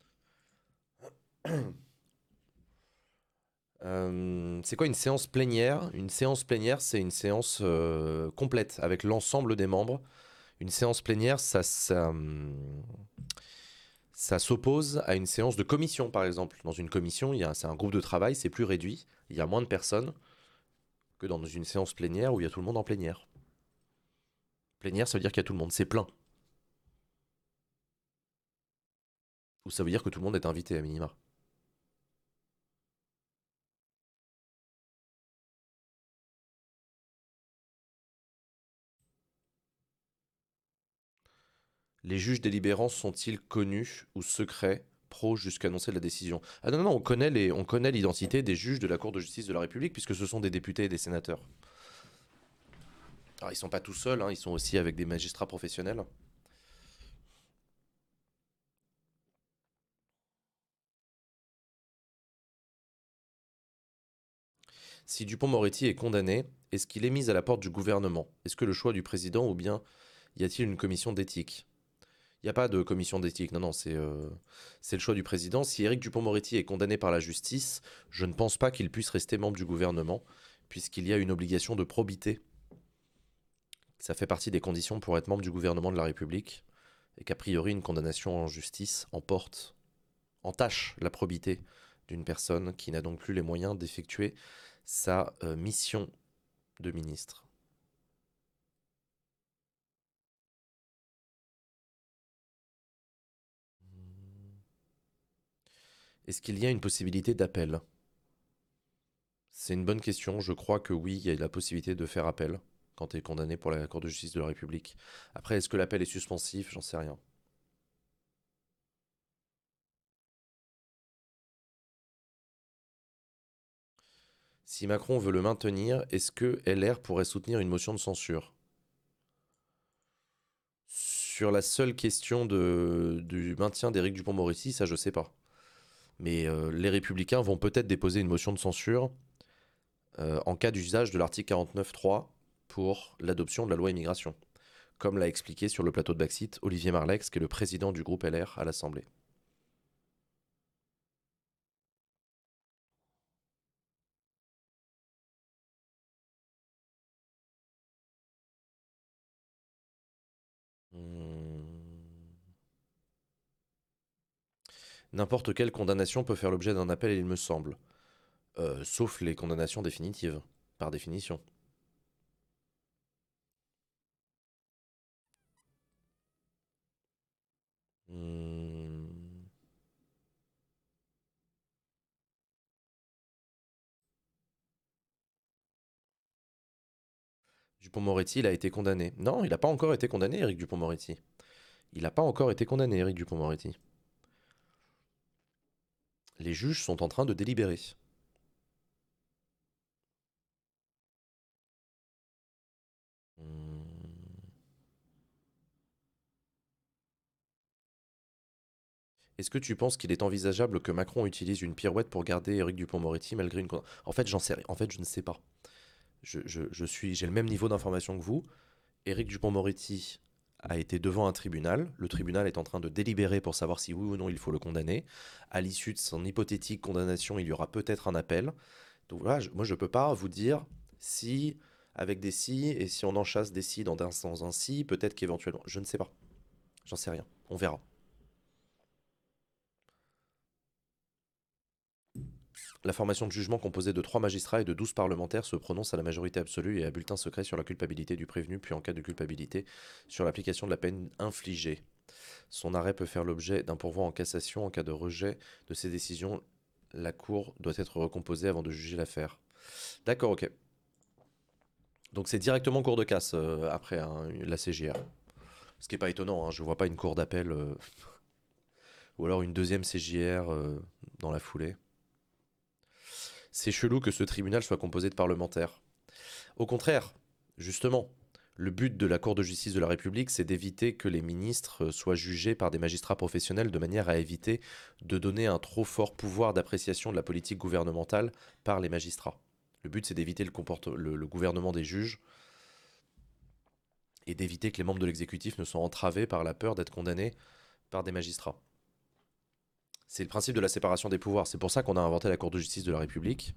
C'est quoi une séance plénière? Une séance plénière, c'est une séance complète avec l'ensemble des membres. Une séance plénière, ça s'oppose à une séance de commission, par exemple. Dans une commission, c'est un groupe de travail, c'est plus réduit. Il y a moins de personnes que dans une séance plénière où il y a tout le monde en plénière. Plénière, ça veut dire qu'il y a tout le monde, c'est plein. Ou ça veut dire que tout le monde est invité à minima. Les juges délibérants sont-ils connus ou secrets, pro jusqu'à annoncer la décision? Ah non, non, on connaît l'identité des juges de la Cour de justice de la République puisque ce sont des députés et des sénateurs. Alors ils sont pas tout seuls, hein, ils sont aussi avec des magistrats professionnels. Si Dupond-Moretti est condamné, est-ce qu'il est mis à la porte du gouvernement? Est-ce que le choix du président ou bien y a-t-il une commission d'éthique? Il n'y a pas de commission d'éthique, non, non, c'est le choix du président. Si Éric Dupond-Moretti est condamné par la justice, je ne pense pas qu'il puisse rester membre du gouvernement, puisqu'il y a une obligation de probité. Ça fait partie des conditions pour être membre du gouvernement de la République, et qu'a priori une condamnation en justice entache la probité d'une personne qui n'a donc plus les moyens d'effectuer sa mission de ministre. Est-ce qu'il y a une possibilité d'appel? C'est une bonne question. Je crois que oui, il y a la possibilité de faire appel quand tu es condamné pour la Cour de justice de la République. Après, est-ce que l'appel est suspensif? J'en sais rien. Si Macron veut le maintenir, est-ce que LR pourrait soutenir une motion de censure? Sur la seule question du maintien d'Éric Dupond-Moretti, ça je sais pas. Mais les Républicains vont peut-être déposer une motion de censure en cas d'usage de l'article 49.3 pour l'adoption de la loi immigration, comme l'a expliqué sur le plateau de Baxit Olivier Marleix, qui est le président du groupe LR à l'Assemblée. Hmm. N'importe quelle condamnation peut faire l'objet d'un appel, il me semble. Sauf les condamnations définitives, par définition. Hmm. Dupond-Moretti, il a été condamné. Non, il n'a pas encore été condamné, Éric Dupond-Moretti. Il n'a pas encore été condamné, Éric Dupond-Moretti. Les juges sont en train de délibérer. Hmm. Est-ce que tu penses qu'il est envisageable que Macron utilise une pirouette pour garder Éric Dupond-Moretti malgré une... En fait, j'en sais rien. En fait, je ne sais pas. J'ai le même niveau d'information que vous. Éric Dupond-Moretti a été devant un tribunal. Le tribunal est en train de délibérer pour savoir si oui ou non il faut le condamner. À l'issue de son hypothétique condamnation, il y aura peut-être un appel. Donc voilà, moi je peux pas vous dire si avec des si et si on en chasse des si dans un si, peut-être qu'éventuellement, je ne sais pas. J'en sais rien. On verra. La formation de jugement composée de 3 magistrats et de 12 parlementaires se prononce à la majorité absolue et à bulletin secret sur la culpabilité du prévenu, puis en cas de culpabilité, sur l'application de la peine infligée. Son arrêt peut faire l'objet d'un pourvoi en cassation en cas de rejet de ces décisions. La Cour doit être recomposée avant de juger l'affaire. D'accord, ok. Donc c'est directement cour de casse après hein, la CJR. Ce qui n'est pas étonnant, hein, je vois pas une cour d'appel ou alors une deuxième CJR dans la foulée. C'est chelou que ce tribunal soit composé de parlementaires. Au contraire, justement, Le but de la Cour de justice de la République, c'est d'éviter que les ministres soient jugés par des magistrats professionnels de manière à éviter de donner un trop fort pouvoir d'appréciation de la politique gouvernementale par les magistrats. Le but, c'est d'éviter le gouvernement des juges et d'éviter que les membres de l'exécutif ne soient entravés par la peur d'être condamnés par des magistrats. C'est le principe de la séparation des pouvoirs. C'est pour ça qu'on a inventé la Cour de justice de la République.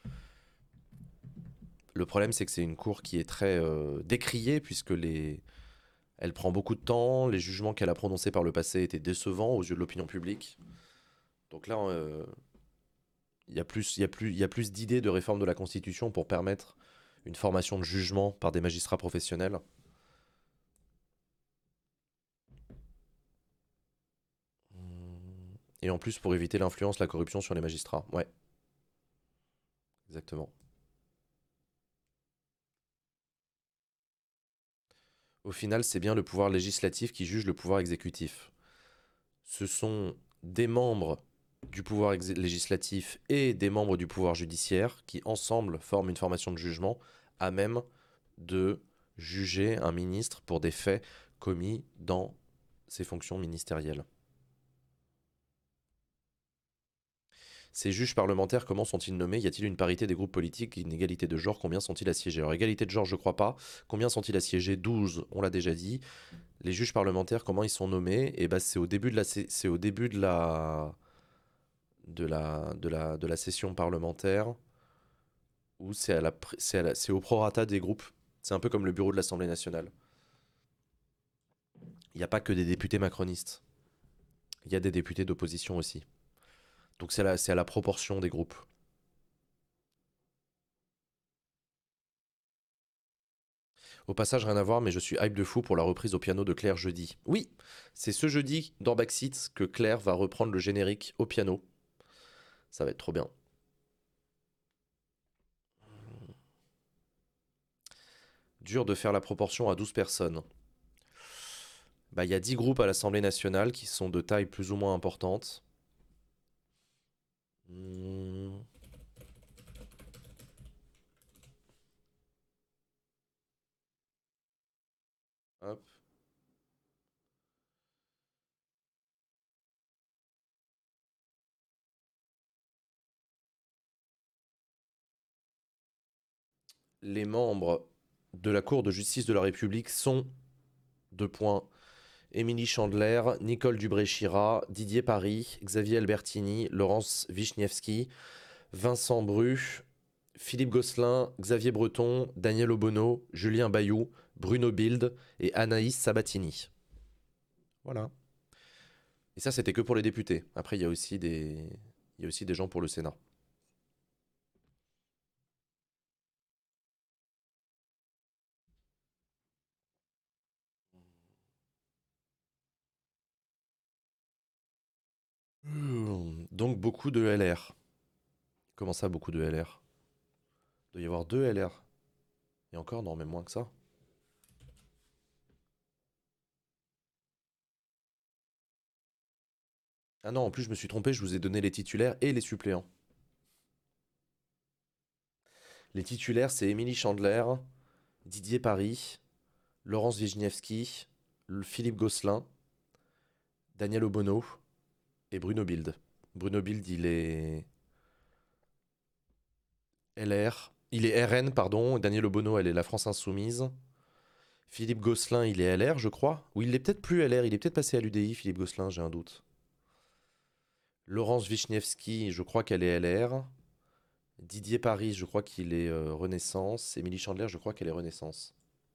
Le problème, c'est que c'est une cour qui est très décriée, puisque elle prend beaucoup de temps. Les jugements qu'elle a prononcés par le passé étaient décevants aux yeux de l'opinion publique. Donc là, il y a plus d'idées de réforme de la Constitution pour permettre une formation de jugement par des magistrats professionnels. Et en plus, pour éviter l'influence, la corruption sur les magistrats. Ouais, exactement. Au final, c'est bien le pouvoir législatif qui juge le pouvoir exécutif. Ce sont des membres du pouvoir législatif et des membres du pouvoir judiciaire qui, ensemble, forment une formation de jugement à même de juger un ministre pour des faits commis dans ses fonctions ministérielles. Ces juges parlementaires, comment sont-ils nommés? Y a-t-il une parité des groupes politiques, une égalité de genre? Combien sont-ils assiégés? Alors, égalité de genre, je crois pas. Combien sont-ils assiégés? 12, on l'a déjà dit. Les juges parlementaires, comment ils sont nommés? Et ben, c'est au début de la session parlementaire où c'est au prorata des groupes. C'est un peu comme le bureau de l'Assemblée nationale. Il n'y a pas que des députés macronistes. Il y a des députés d'opposition aussi. Donc c'est à la proportion des groupes. Au passage, rien à voir, mais je suis hype de fou pour la reprise au piano de Claire jeudi. Oui, c'est ce jeudi dans Backseat que Claire va reprendre le générique au piano. Ça va être trop bien. Dur de faire la proportion à 12 personnes. Bah, y a 10 groupes à l'Assemblée nationale qui sont de taille plus ou moins importante. Hmm. Hop. Les membres de la Cour de justice de la République sont, deux points, Émilie Chandler, Nicole Dubré-Chirat, Didier Paris, Xavier Albertini, Laurence Vichnievski, Vincent Bru, Philippe Gosselin, Xavier Breton, Daniel Obono, Julien Bayou, Bruno Bild et Anaïs Sabatini. Voilà. Et ça, c'était que pour les députés. Après, il y a aussi des gens pour le Sénat. Donc beaucoup de LR. Comment ça, beaucoup de LR? Il doit y avoir 2 LR. Et encore, non, même moins que ça. Ah non, en plus, je me suis trompé, je vous ai donné les titulaires et les suppléants. Les titulaires, c'est Émilie Chandler, Didier Paris, Laurence Vichnievski, Philippe Gosselin, Daniel Obono et Bruno Bild. Bruno Bild, il est LR. Il est RN, pardon. Daniel Obono, elle est la France Insoumise. Philippe Gosselin, il est LR, je crois. Ou il est peut-être plus LR, il est peut-être passé à l'UDI, Philippe Gosselin, j'ai un doute. Laurence Vichnievski, je crois qu'elle est LR. Didier Paris, je crois qu'il est Renaissance. Émilie Chandler, je crois qu'elle est Renaissance.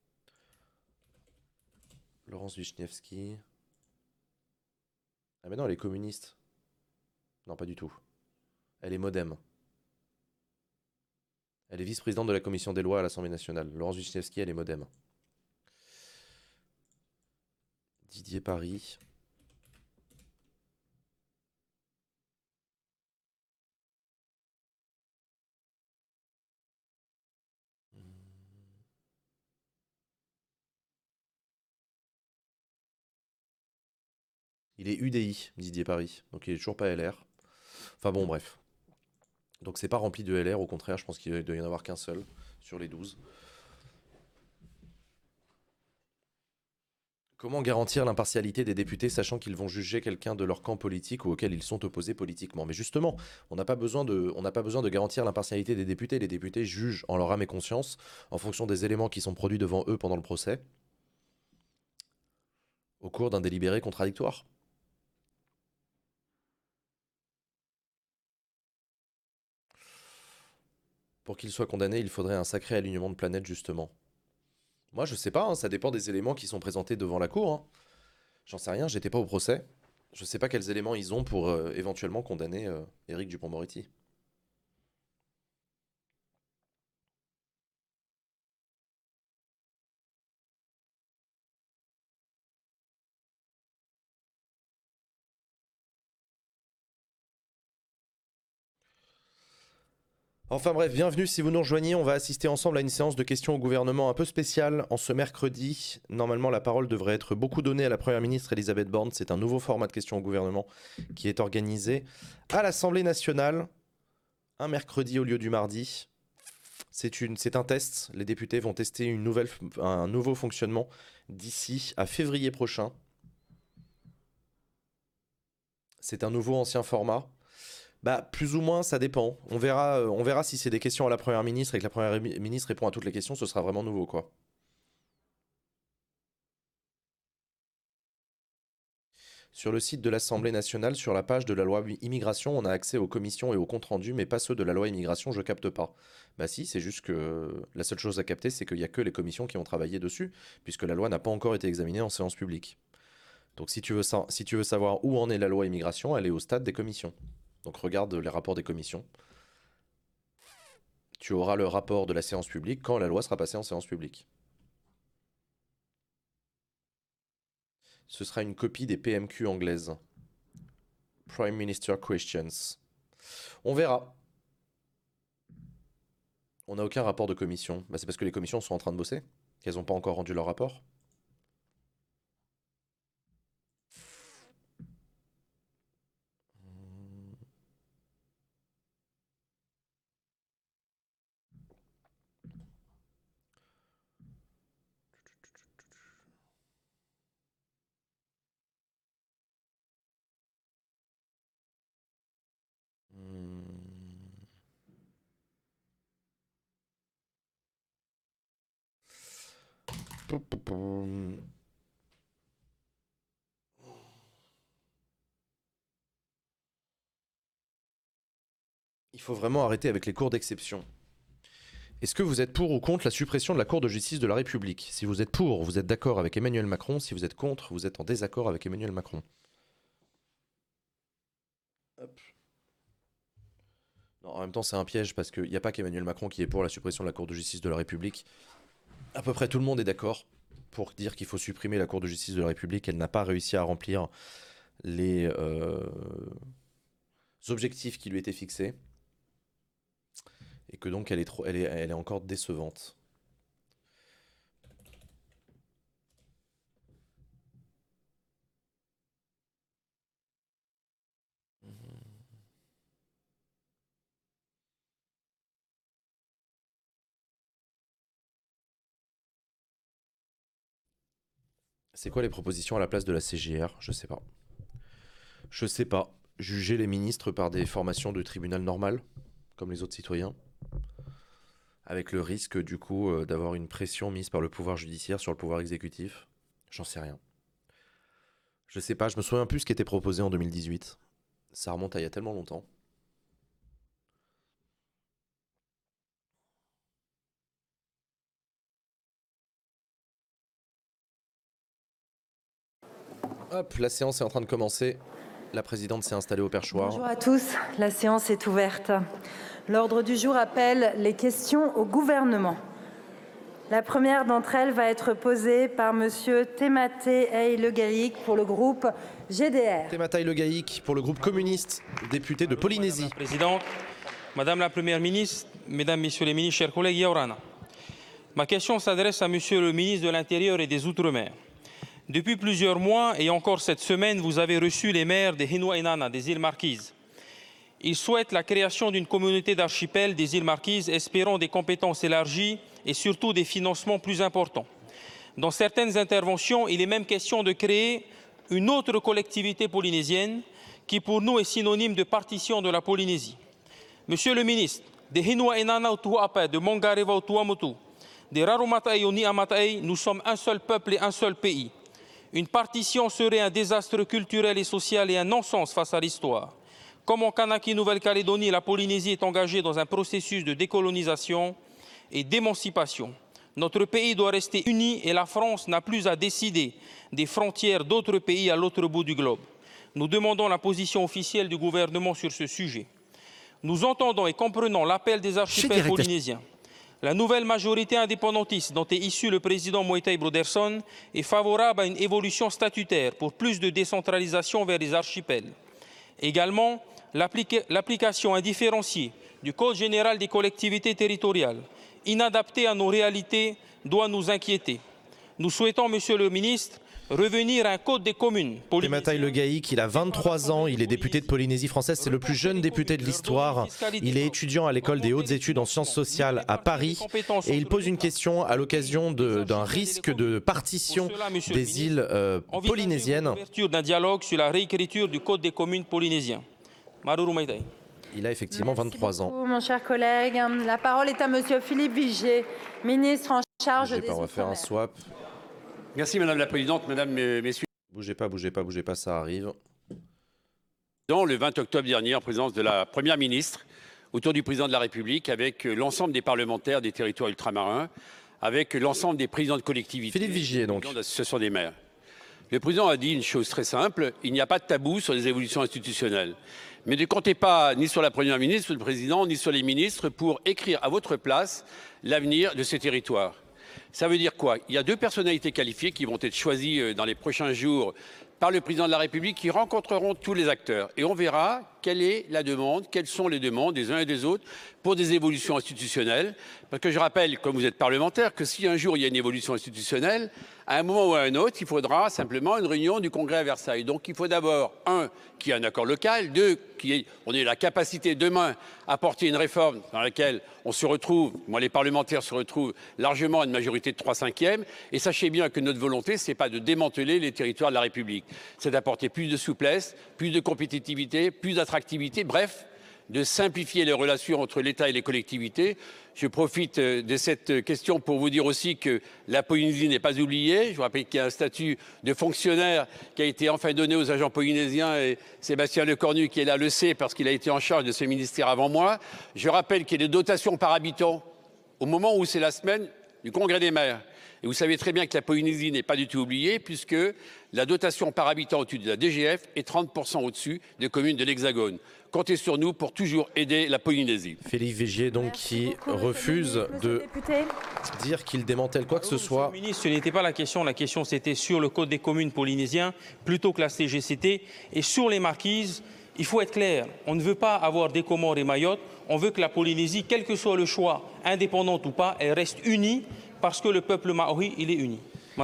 Laurence Vichnievski. Ah mais non, elle est communiste. Non, pas du tout. Elle est Modem. Elle est vice-présidente de la commission des lois à l'Assemblée nationale. Laurence Vichnievski, elle est Modem. Didier Paris. Il est UDI, Didier Paris. Donc il est toujours pas LR. Enfin bon, bref. Donc c'est pas rempli de LR, au contraire, je pense qu'il doit y en avoir qu'un seul sur les 12. Comment garantir l'impartialité des députés sachant qu'ils vont juger quelqu'un de leur camp politique ou auquel ils sont opposés politiquement? Mais justement, on n'a pas besoin de garantir l'impartialité des députés. Les députés jugent en leur âme et conscience, en fonction des éléments qui sont produits devant eux pendant le procès, au cours d'un délibéré contradictoire. Pour qu'ils soient condamnés, il faudrait un sacré alignement de planètes, justement. Moi, je sais pas, hein, ça dépend des éléments qui sont présentés devant la cour, hein. J'en sais rien, j'étais pas au procès. Je sais pas quels éléments ils ont pour éventuellement condamner Éric Dupond-Moretti. Enfin bref, bienvenue si vous nous rejoignez. On va assister ensemble à une séance de questions au gouvernement un peu spéciale en ce mercredi. Normalement, la parole devrait être beaucoup donnée à la Première ministre Elisabeth Borne. C'est un nouveau format de questions au gouvernement qui est organisé à l'Assemblée nationale, un mercredi au lieu du mardi. C'est un test. Les députés vont tester un nouveau fonctionnement d'ici à février prochain. C'est un nouveau ancien format. Bah, plus ou moins, ça dépend. On verra si c'est des questions à la Première ministre et que la Première ministre répond à toutes les questions, ce sera vraiment nouveau, quoi. Sur le site de l'Assemblée nationale, sur la page de la loi immigration, on a accès aux commissions et aux comptes rendus, mais pas ceux de la loi immigration, je capte pas. Bah si, c'est juste que la seule chose à capter, c'est qu'il n'y a que les commissions qui ont travaillé dessus, puisque la loi n'a pas encore été examinée en séance publique. Donc si tu veux savoir où en est la loi immigration, elle est au stade des commissions. Donc regarde les rapports des commissions. Tu auras le rapport de la séance publique quand la loi sera passée en séance publique. Ce sera une copie des PMQ anglaises. Prime Minister Questions. On verra. On n'a aucun rapport de commission. Bah, c'est parce que les commissions sont en train de bosser, qu'elles n'ont pas encore rendu leur rapport. Il faut vraiment arrêter avec les cours d'exception. Est-ce que vous êtes pour ou contre la suppression de la Cour de justice de la République? Si vous êtes pour, vous êtes d'accord avec Emmanuel Macron. Si vous êtes contre, vous êtes en désaccord avec Emmanuel Macron. Hop. Non, en même temps, c'est un piège parce qu'il n'y a pas qu'Emmanuel Macron qui est pour la suppression de la Cour de justice de la République. À peu près tout le monde est d'accord pour dire qu'il faut supprimer la Cour de justice de la République. Elle n'a pas réussi à remplir les objectifs qui lui étaient fixés. Et que donc elle est encore décevante. C'est quoi les propositions à la place de la CJR? Je sais pas. Je sais pas. Juger les ministres par des formations de tribunal normal, comme les autres citoyens, avec le risque du coup d'avoir une pression mise par le pouvoir judiciaire sur le pouvoir exécutif. J'en sais rien. Je sais pas, je me souviens plus ce qui était proposé en 2018. Ça remonte à il y a tellement longtemps. Hop, la séance est en train de commencer. La présidente s'est installée au perchoir. Bonjour à tous, la séance est ouverte. L'ordre du jour appelle les questions au gouvernement. La première d'entre elles va être posée par Monsieur Thématé Le Gaïc pour le groupe GDR. Thématé Le Gaïc pour le groupe communiste, député de Polynésie. Madame la Présidente, Madame la Première ministre, Mesdames, Messieurs les ministres, chers collègues, Yaorana. Ma question s'adresse à Monsieur le ministre de l'Intérieur et des Outre-mer. Depuis plusieurs mois et encore cette semaine, vous avez reçu les maires des Henua Inanna, des îles Marquises. Ils souhaitent la création d'une communauté d'archipel des îles Marquises, espérant des compétences élargies et surtout des financements plus importants. Dans certaines interventions, il est même question de créer une autre collectivité polynésienne qui pour nous est synonyme de partition de la Polynésie. Monsieur le ministre, de Hinua Enana Tuapa, de Mongareva Tuamotu, de Rarumatai au Niamatai, nous sommes un seul peuple et un seul pays. Une partition serait un désastre culturel et social et un non-sens face à l'histoire. Comme en Kanaki, Nouvelle-Calédonie, la Polynésie est engagée dans un processus de décolonisation et d'émancipation. Notre pays doit rester uni et la France n'a plus à décider des frontières d'autres pays à l'autre bout du globe. Nous demandons la position officielle du gouvernement sur ce sujet. Nous entendons et comprenons l'appel des archipels polynésiens. La nouvelle majorité indépendantiste dont est issu le président Moïtai Broderson est favorable à une évolution statutaire pour plus de décentralisation vers les archipels. Également, l'application indifférenciée du Code général des collectivités territoriales, inadapté à nos réalités, doit nous inquiéter. Nous souhaitons, Monsieur le ministre, revenir à un code des communes. Tematai Le Gaïc, il a 23 ans, il est député de Polynésie française, c'est le plus jeune député de l'histoire. Il est étudiant à l'école des hautes études en sciences sociales à Paris et il pose une question à l'occasion d'un risque de partition des îles polynésiennes. L'ouverture d'un dialogue sur la réécriture du code des communes polynésien. Maruru Maitai. Il a effectivement 23 ans. Merci beaucoup, mon cher collègue. La parole est à monsieur Philippe Vigier, ministre en charge des Outre-mer. On va faire un swap. Merci Madame la Présidente, Mesdames, Messieurs. Bougez pas, ça arrive. Le 20 octobre dernier, en présence de la Première ministre, autour du Président de la République, avec l'ensemble des parlementaires des territoires ultramarins, avec l'ensemble des présidents de collectivités, Philippe Vigier, donc. L'association des maires. Le Président a dit une chose très simple, il n'y a pas de tabou sur les évolutions institutionnelles. Mais ne comptez pas ni sur la Première ministre, le Président, ni sur les ministres pour écrire à votre place l'avenir de ces territoires. Ça veut dire quoi? Il y a deux personnalités qualifiées qui vont être choisies dans les prochains jours par le Président de la République qui rencontreront tous les acteurs. Et on verra quelle est la demande, quelles sont les demandes des uns et des autres pour des évolutions institutionnelles. Parce que je rappelle, comme vous êtes parlementaire, que si un jour il y a une évolution institutionnelle, à un moment ou à un autre, il faudra simplement une réunion du Congrès à Versailles. Donc il faut d'abord, qu'il y ait un accord local, qu'on ait la capacité demain à porter une réforme dans laquelle on se retrouve, les parlementaires se retrouvent largement à une majorité de 3/5. Et sachez bien que notre volonté, ce n'est pas de démanteler les territoires de la République. C'est d'apporter plus de souplesse, plus de compétitivité, plus d'attractivité, bref, de simplifier les relations entre l'État et les collectivités. Je profite de cette question pour vous dire aussi que la Polynésie n'est pas oubliée. Je vous rappelle qu'il y a un statut de fonctionnaire qui a été enfin donné aux agents polynésiens et Sébastien Lecornu qui est là le sait parce qu'il a été en charge de ce ministère avant moi. Je rappelle qu'il y a des dotations par habitant au moment où c'est la semaine du Congrès des maires. Et vous savez très bien que la Polynésie n'est pas du tout oubliée puisque la dotation par habitant au-dessus de la DGF est 30% au-dessus des communes de l'Hexagone. Comptez sur nous pour toujours aider la Polynésie. Philippe Vigier, donc, qui refuse de dire qu'il démantèle quoi que ce soit. Monsieur le ministre, ce n'était pas la question c'était sur le code des communes polynésiens plutôt que la CGCT. Et sur les marquises, il faut être clair, on ne veut pas avoir des Comores et Mayotte, on veut que la Polynésie, quel que soit le choix, indépendante ou pas, elle reste unie parce que le peuple maori, il est uni.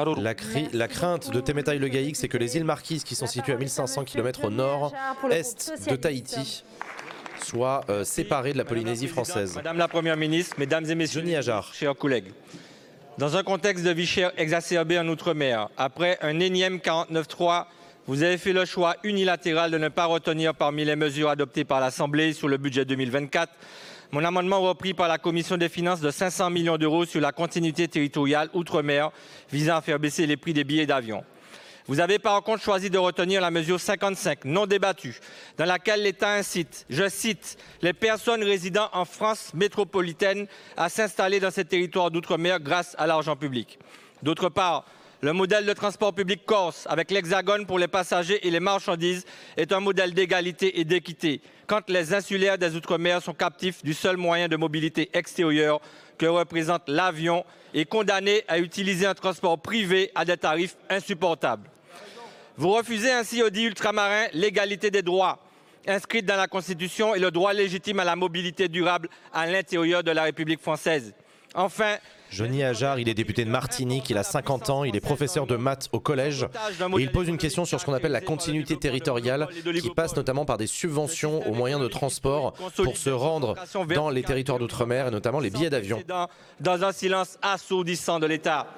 La crainte de Tematai Le Gaïc, c'est que les îles Marquises, qui sont situées à 1500 km au nord-est de Tahiti, soient séparées de la Polynésie française. Madame la Première ministre, Mesdames et Messieurs, Johnny Ajar. chers collègues, dans un contexte de vie chère exacerbée en Outre-mer, après un énième 49.3, vous avez fait le choix unilatéral de ne pas retenir parmi les mesures adoptées par l'Assemblée sur le budget 2024 mon amendement repris par la Commission des finances de 500 millions d'euros sur la continuité territoriale Outre-mer visant à faire baisser les prix des billets d'avion. Vous avez par contre choisi de retenir la mesure 55, non débattue, dans laquelle l'État incite, je cite, les personnes résidant en France métropolitaine à s'installer dans ces territoires d'outre-mer grâce à l'argent public. D'autre part, le modèle de transport public corse avec l'Hexagone pour les passagers et les marchandises est un modèle d'égalité et d'équité quand les insulaires des Outre-mer sont captifs du seul moyen de mobilité extérieure que représente l'avion et condamnés à utiliser un transport privé à des tarifs insupportables. Vous refusez ainsi aux dits ultramarins l'égalité des droits inscrite dans la Constitution et le droit légitime à la mobilité durable à l'intérieur de la République française. Enfin, Johnny Ajar, il est député de Martinique, il a 50 ans, il est professeur de maths au collège et il pose une question sur ce qu'on appelle la continuité territoriale qui passe notamment par des subventions aux moyens de transport pour se rendre dans les territoires d'outre-mer et notamment les billets d'avion. Dans un silence assourdissant de l'État.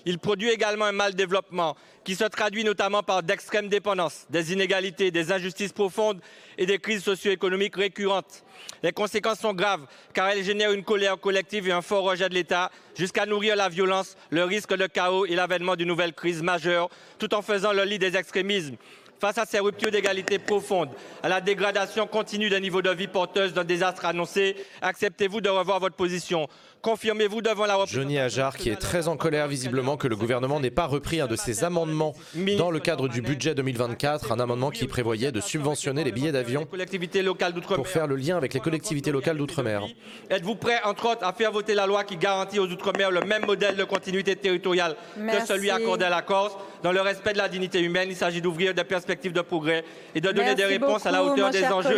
Il produit également un mal-développement qui se traduit notamment par d'extrêmes dépendances, des inégalités, des injustices profondes et des crises socio-économiques récurrentes. Les conséquences sont graves car elles génèrent une colère collective et un fort rejet de l'État jusqu'à nourrir la violence, le risque de chaos et l'avènement d'une nouvelle crise majeure tout en faisant le lit des extrémismes. Face à ces ruptures d'égalité profondes, à la dégradation continue des niveaux de vie porteuses d'un désastre annoncé, acceptez-vous de revoir votre position? Confirmez-vous devant la représentation Johnny Ajar qui est très en colère visiblement que le gouvernement n'ait pas repris un de ses amendements dans le cadre du budget 2024, un amendement qui prévoyait de subventionner les billets d'avion pour faire le lien avec les collectivités locales d'outre-mer. Êtes-vous prêt, entre autres, à faire voter la loi qui garantit aux outre-mer le même modèle de continuité territoriale que celui accordé à la Corse? Dans le respect de la dignité humaine, il s'agit d'ouvrir des perspectives de progrès et de donner des réponses à la hauteur des enjeux.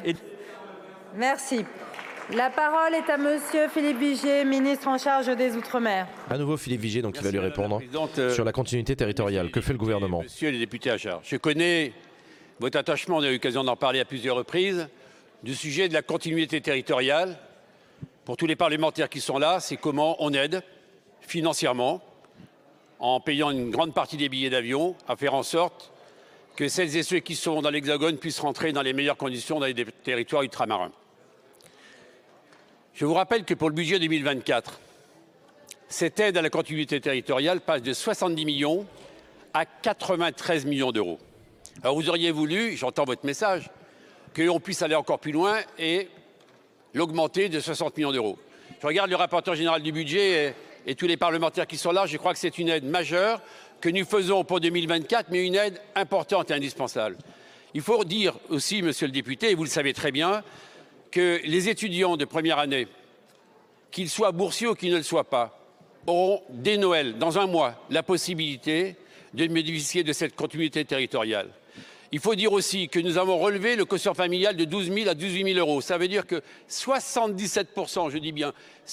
Merci. La parole est à monsieur Philippe Vigier, ministre en charge des Outre-mer. À nouveau Philippe Vigier, donc il va lui répondre sur la continuité territoriale. Que fait le gouvernement? Monsieur les députés Ajar, je connais votre attachement, on a eu l'occasion d'en parler à plusieurs reprises, du sujet de la continuité territoriale. Pour tous les parlementaires qui sont là, c'est comment on aide financièrement, en payant une grande partie des billets d'avion, à faire en sorte que celles et ceux qui sont dans l'Hexagone puissent rentrer dans les meilleures conditions dans les territoires ultramarins. Je vous rappelle que pour le budget 2024, cette aide à la continuité territoriale passe de 70 millions à 93 millions d'euros. Alors vous auriez voulu, j'entends votre message, qu'on puisse aller encore plus loin et l'augmenter de 60 millions d'euros. Je regarde le rapporteur général du budget et tous les parlementaires qui sont là, je crois que c'est une aide majeure que nous faisons pour 2024, mais une aide importante et indispensable. Il faut dire aussi, monsieur le député, et vous le savez très bien, que les étudiants de première année, qu'ils soient boursiers ou qu'ils ne le soient pas, auront dès Noël, dans un mois, la possibilité de bénéficier de cette continuité territoriale. Il faut dire aussi que nous avons relevé le quotient familial de 12 000 à 18 000 euros. Ça veut dire que 77%, je dis bien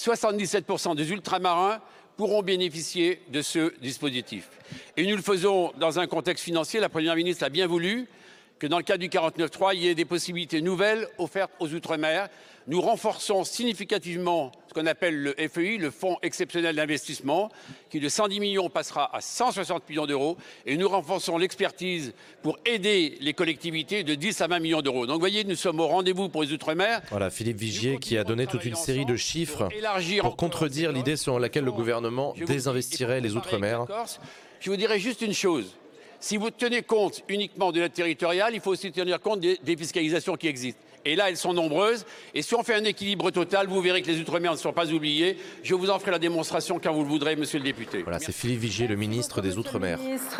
77% des ultramarins pourront bénéficier de ce dispositif. Et nous le faisons dans un contexte financier. La Première ministre a bien voulu que dans le cadre du 49.3, il y ait des possibilités nouvelles offertes aux Outre-mer. Nous renforçons significativement ce qu'on appelle le FEI, le Fonds exceptionnel d'investissement, qui de 110 millions passera à 160 millions d'euros. Et nous renforçons l'expertise pour aider les collectivités de 10 à 20 millions d'euros. Donc vous voyez, nous sommes au rendez-vous pour les Outre-mer. Voilà, Philippe Vigier qui a donné toute une série de chiffres pour contredire l'idée selon laquelle le gouvernement désinvestirait les Outre-mer. Je vous dirais juste une chose. Si vous tenez compte uniquement de l'aide territoriale, il faut aussi tenir compte des défiscalisations qui existent. Et là, elles sont nombreuses. Et si on fait un équilibre total, vous verrez que les Outre-mer ne sont pas oubliés. Je vous en ferai la démonstration quand vous le voudrez, monsieur le député. Voilà, c'est Philippe Vigier, le ministre des Outre-mer.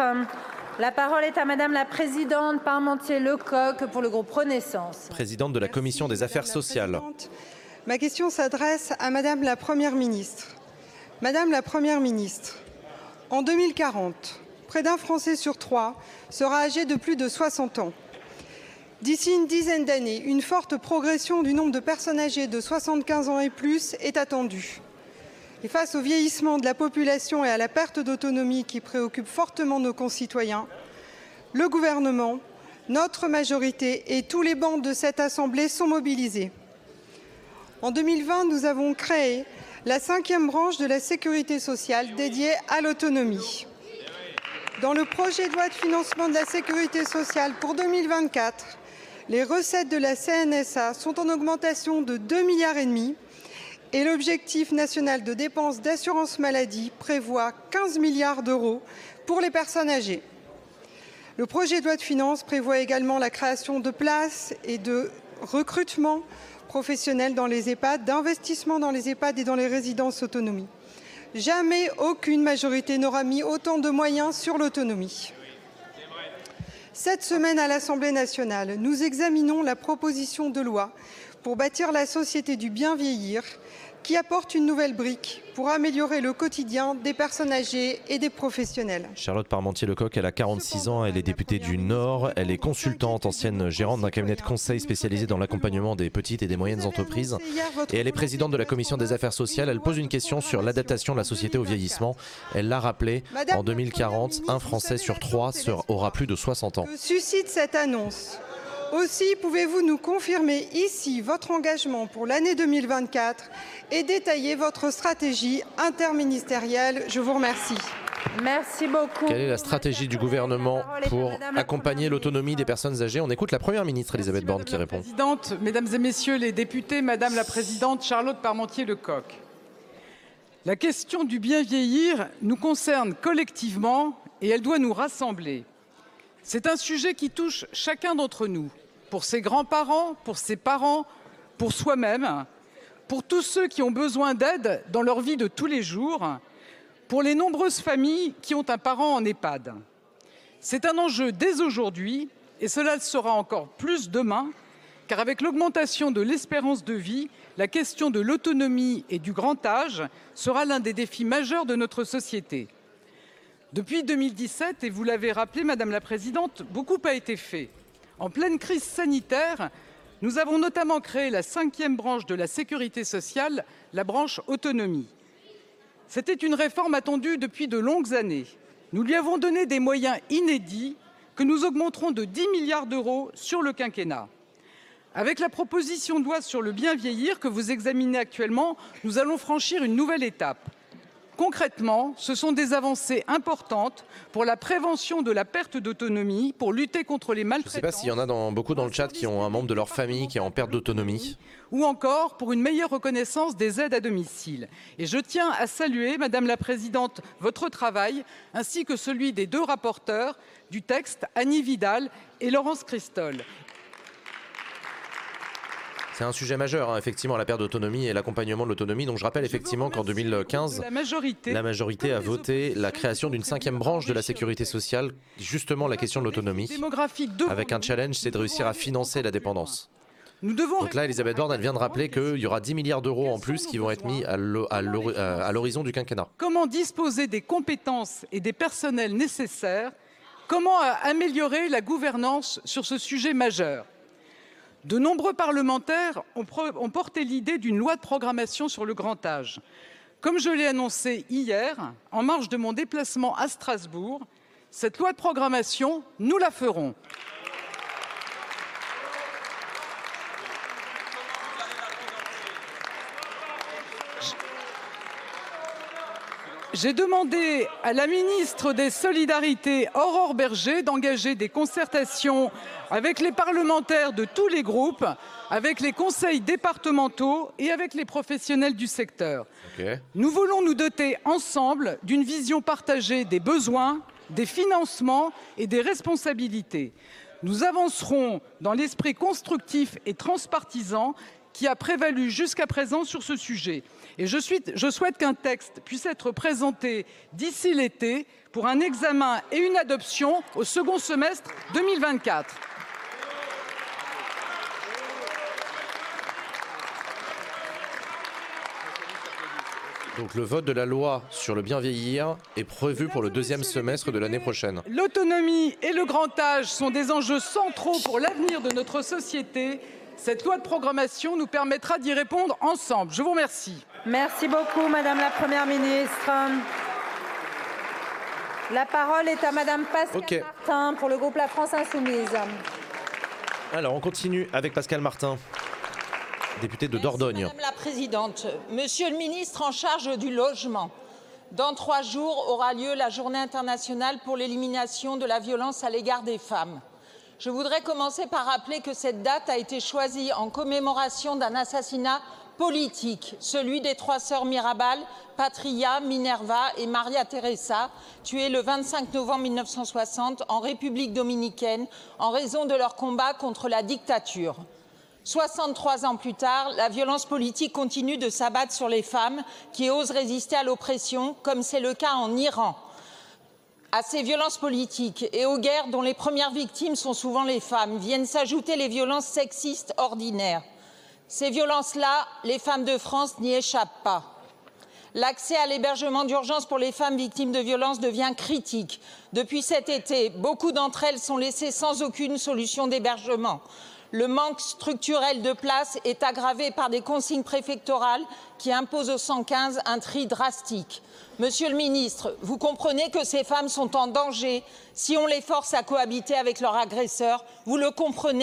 La parole est à madame la présidente Parmentier-Lecocq pour le groupe Renaissance. Présidente de la Commission des Affaires sociales. Ma question s'adresse à madame la Première ministre. Madame la Première ministre, en 2040, près d'un Français sur 3 sera âgé de plus de 60 ans. D'ici une dizaine d'années, une forte progression du nombre de personnes âgées de 75 ans et plus est attendue. Et face au vieillissement de la population et à la perte d'autonomie qui préoccupe fortement nos concitoyens, le gouvernement, notre majorité et tous les bancs de cette Assemblée sont mobilisés. En 2020, nous avons créé la 5e branche de la sécurité sociale dédiée à l'autonomie. Dans le projet de loi de financement de la sécurité sociale pour 2024, les recettes de la CNSA sont en augmentation de 2,5 milliards et l'objectif national de dépenses d'assurance maladie prévoit 15 milliards d'euros pour les personnes âgées. Le projet de loi de finances prévoit également la création de places et de recrutement professionnel dans les EHPAD, d'investissement dans les EHPAD et dans les résidences autonomie. Jamais aucune majorité n'aura mis autant de moyens sur l'autonomie. Cette semaine à l'Assemblée nationale, nous examinons la proposition de loi pour bâtir la société du bien vieillir qui apporte une nouvelle brique pour améliorer le quotidien des personnes âgées et des professionnels. Charlotte Parmentier-Lecocq, elle a 46 ans, elle est députée du Nord, elle est consultante, ancienne gérante d'un cabinet de conseil spécialisé dans l'accompagnement des petites et des moyennes entreprises. Et elle est présidente de la Commission des Affaires sociales. Elle pose une question sur l'adaptation de la société au vieillissement. Elle l'a rappelé, en 2040, un Français sur 3 aura plus de 60 ans. Que suscite cette annonce ? Aussi, pouvez-vous nous confirmer ici votre engagement pour l'année 2024 et détailler votre stratégie interministérielle ? Je vous remercie. Merci beaucoup. Quelle est la stratégie du gouvernement pour accompagner l'autonomie des personnes âgées? On écoute la Première ministre Elisabeth Borne qui répond. Madame la Présidente, Mesdames et Messieurs les députés, Madame la Présidente Charlotte Parmentier-Lecocq. La question du bien vieillir nous concerne collectivement et elle doit nous rassembler. C'est un sujet qui touche chacun d'entre nous, pour ses grands-parents, pour ses parents, pour soi-même, pour tous ceux qui ont besoin d'aide dans leur vie de tous les jours, pour les nombreuses familles qui ont un parent en EHPAD. C'est un enjeu dès aujourd'hui et cela le sera encore plus demain, car avec l'augmentation de l'espérance de vie, la question de l'autonomie et du grand âge sera l'un des défis majeurs de notre société. Depuis 2017, et vous l'avez rappelé, Madame la Présidente, beaucoup a été fait. En pleine crise sanitaire, nous avons notamment créé la 5e branche de la sécurité sociale, la branche autonomie. C'était une réforme attendue depuis de longues années. Nous lui avons donné des moyens inédits que nous augmenterons de 10 milliards d'euros sur le quinquennat. Avec la proposition de loi sur le bien vieillir que vous examinez actuellement, nous allons franchir une nouvelle étape. Concrètement, ce sont des avancées importantes pour la prévention de la perte d'autonomie, pour lutter contre les maltraitances. Je ne sais pas s'il y en a beaucoup dans le chat qui ont un membre de leur famille qui est en perte d'autonomie. Ou encore pour une meilleure reconnaissance des aides à domicile. Et je tiens à saluer, Madame la Présidente, votre travail, ainsi que celui des 2 rapporteurs du texte, Annie Vidal et Laurence Cristol. C'est un sujet majeur, effectivement, la perte d'autonomie et l'accompagnement de l'autonomie. Donc je rappelle effectivement qu'en 2015, la majorité a voté la création d'une 5e branche de la sécurité sociale, justement la question de l'autonomie, avec un challenge, c'est de réussir à financer la dépendance. Donc là, Elisabeth Borne, elle vient de rappeler qu'il y aura 10 milliards d'euros en plus qui vont être mis à l'horizon du quinquennat. Comment disposer des compétences et des personnels nécessaires? Comment améliorer la gouvernance sur ce sujet majeur? De nombreux parlementaires ont porté l'idée d'une loi de programmation sur le grand âge. Comme je l'ai annoncé hier, en marge de mon déplacement à Strasbourg, cette loi de programmation, nous la ferons. J'ai demandé à la ministre des Solidarités, Aurore Bergé, d'engager des concertations avec les parlementaires de tous les groupes, avec les conseils départementaux et avec les professionnels du secteur. Nous voulons nous doter ensemble d'une vision partagée des besoins, des financements et des responsabilités. Nous avancerons dans l'esprit constructif et transpartisan qui a prévalu jusqu'à présent sur ce sujet. Et je souhaite qu'un texte puisse être présenté d'ici l'été pour un examen et une adoption au second semestre 2024. Donc le vote de la loi sur le bien vieillir est prévu pour le 2e semestre de l'année prochaine. L'autonomie et le grand âge sont des enjeux centraux pour l'avenir de notre société. Cette loi de programmation nous permettra d'y répondre ensemble. Je vous remercie. Merci beaucoup, Madame la Première ministre. La parole est à Madame Pascale Martin pour le groupe La France Insoumise. Alors, on continue avec Pascale Martin, députée de Dordogne. Madame la Présidente, Monsieur le ministre en charge du logement, dans 3 jours aura lieu la Journée internationale pour l'élimination de la violence à l'égard des femmes. Je voudrais commencer par rappeler que cette date a été choisie en commémoration d'un assassinat politique, celui des 3 sœurs Mirabal, Patria, Minerva et Maria Teresa, tuées le 25 novembre 1960 en République dominicaine en raison de leur combat contre la dictature. 63 ans plus tard, la violence politique continue de s'abattre sur les femmes qui osent résister à l'oppression, comme c'est le cas en Iran. À ces violences politiques et aux guerres dont les premières victimes sont souvent les femmes, viennent s'ajouter les violences sexistes ordinaires. Ces violences-là, les femmes de France n'y échappent pas. L'accès à l'hébergement d'urgence pour les femmes victimes de violences devient critique. Depuis cet été, beaucoup d'entre elles sont laissées sans aucune solution d'hébergement. Le manque structurel de places est aggravé par des consignes préfectorales qui imposent au 115 un tri drastique. Monsieur le ministre, vous comprenez que ces femmes sont en danger si on les force à cohabiter avec leur agresseur. Vous le comprenez ?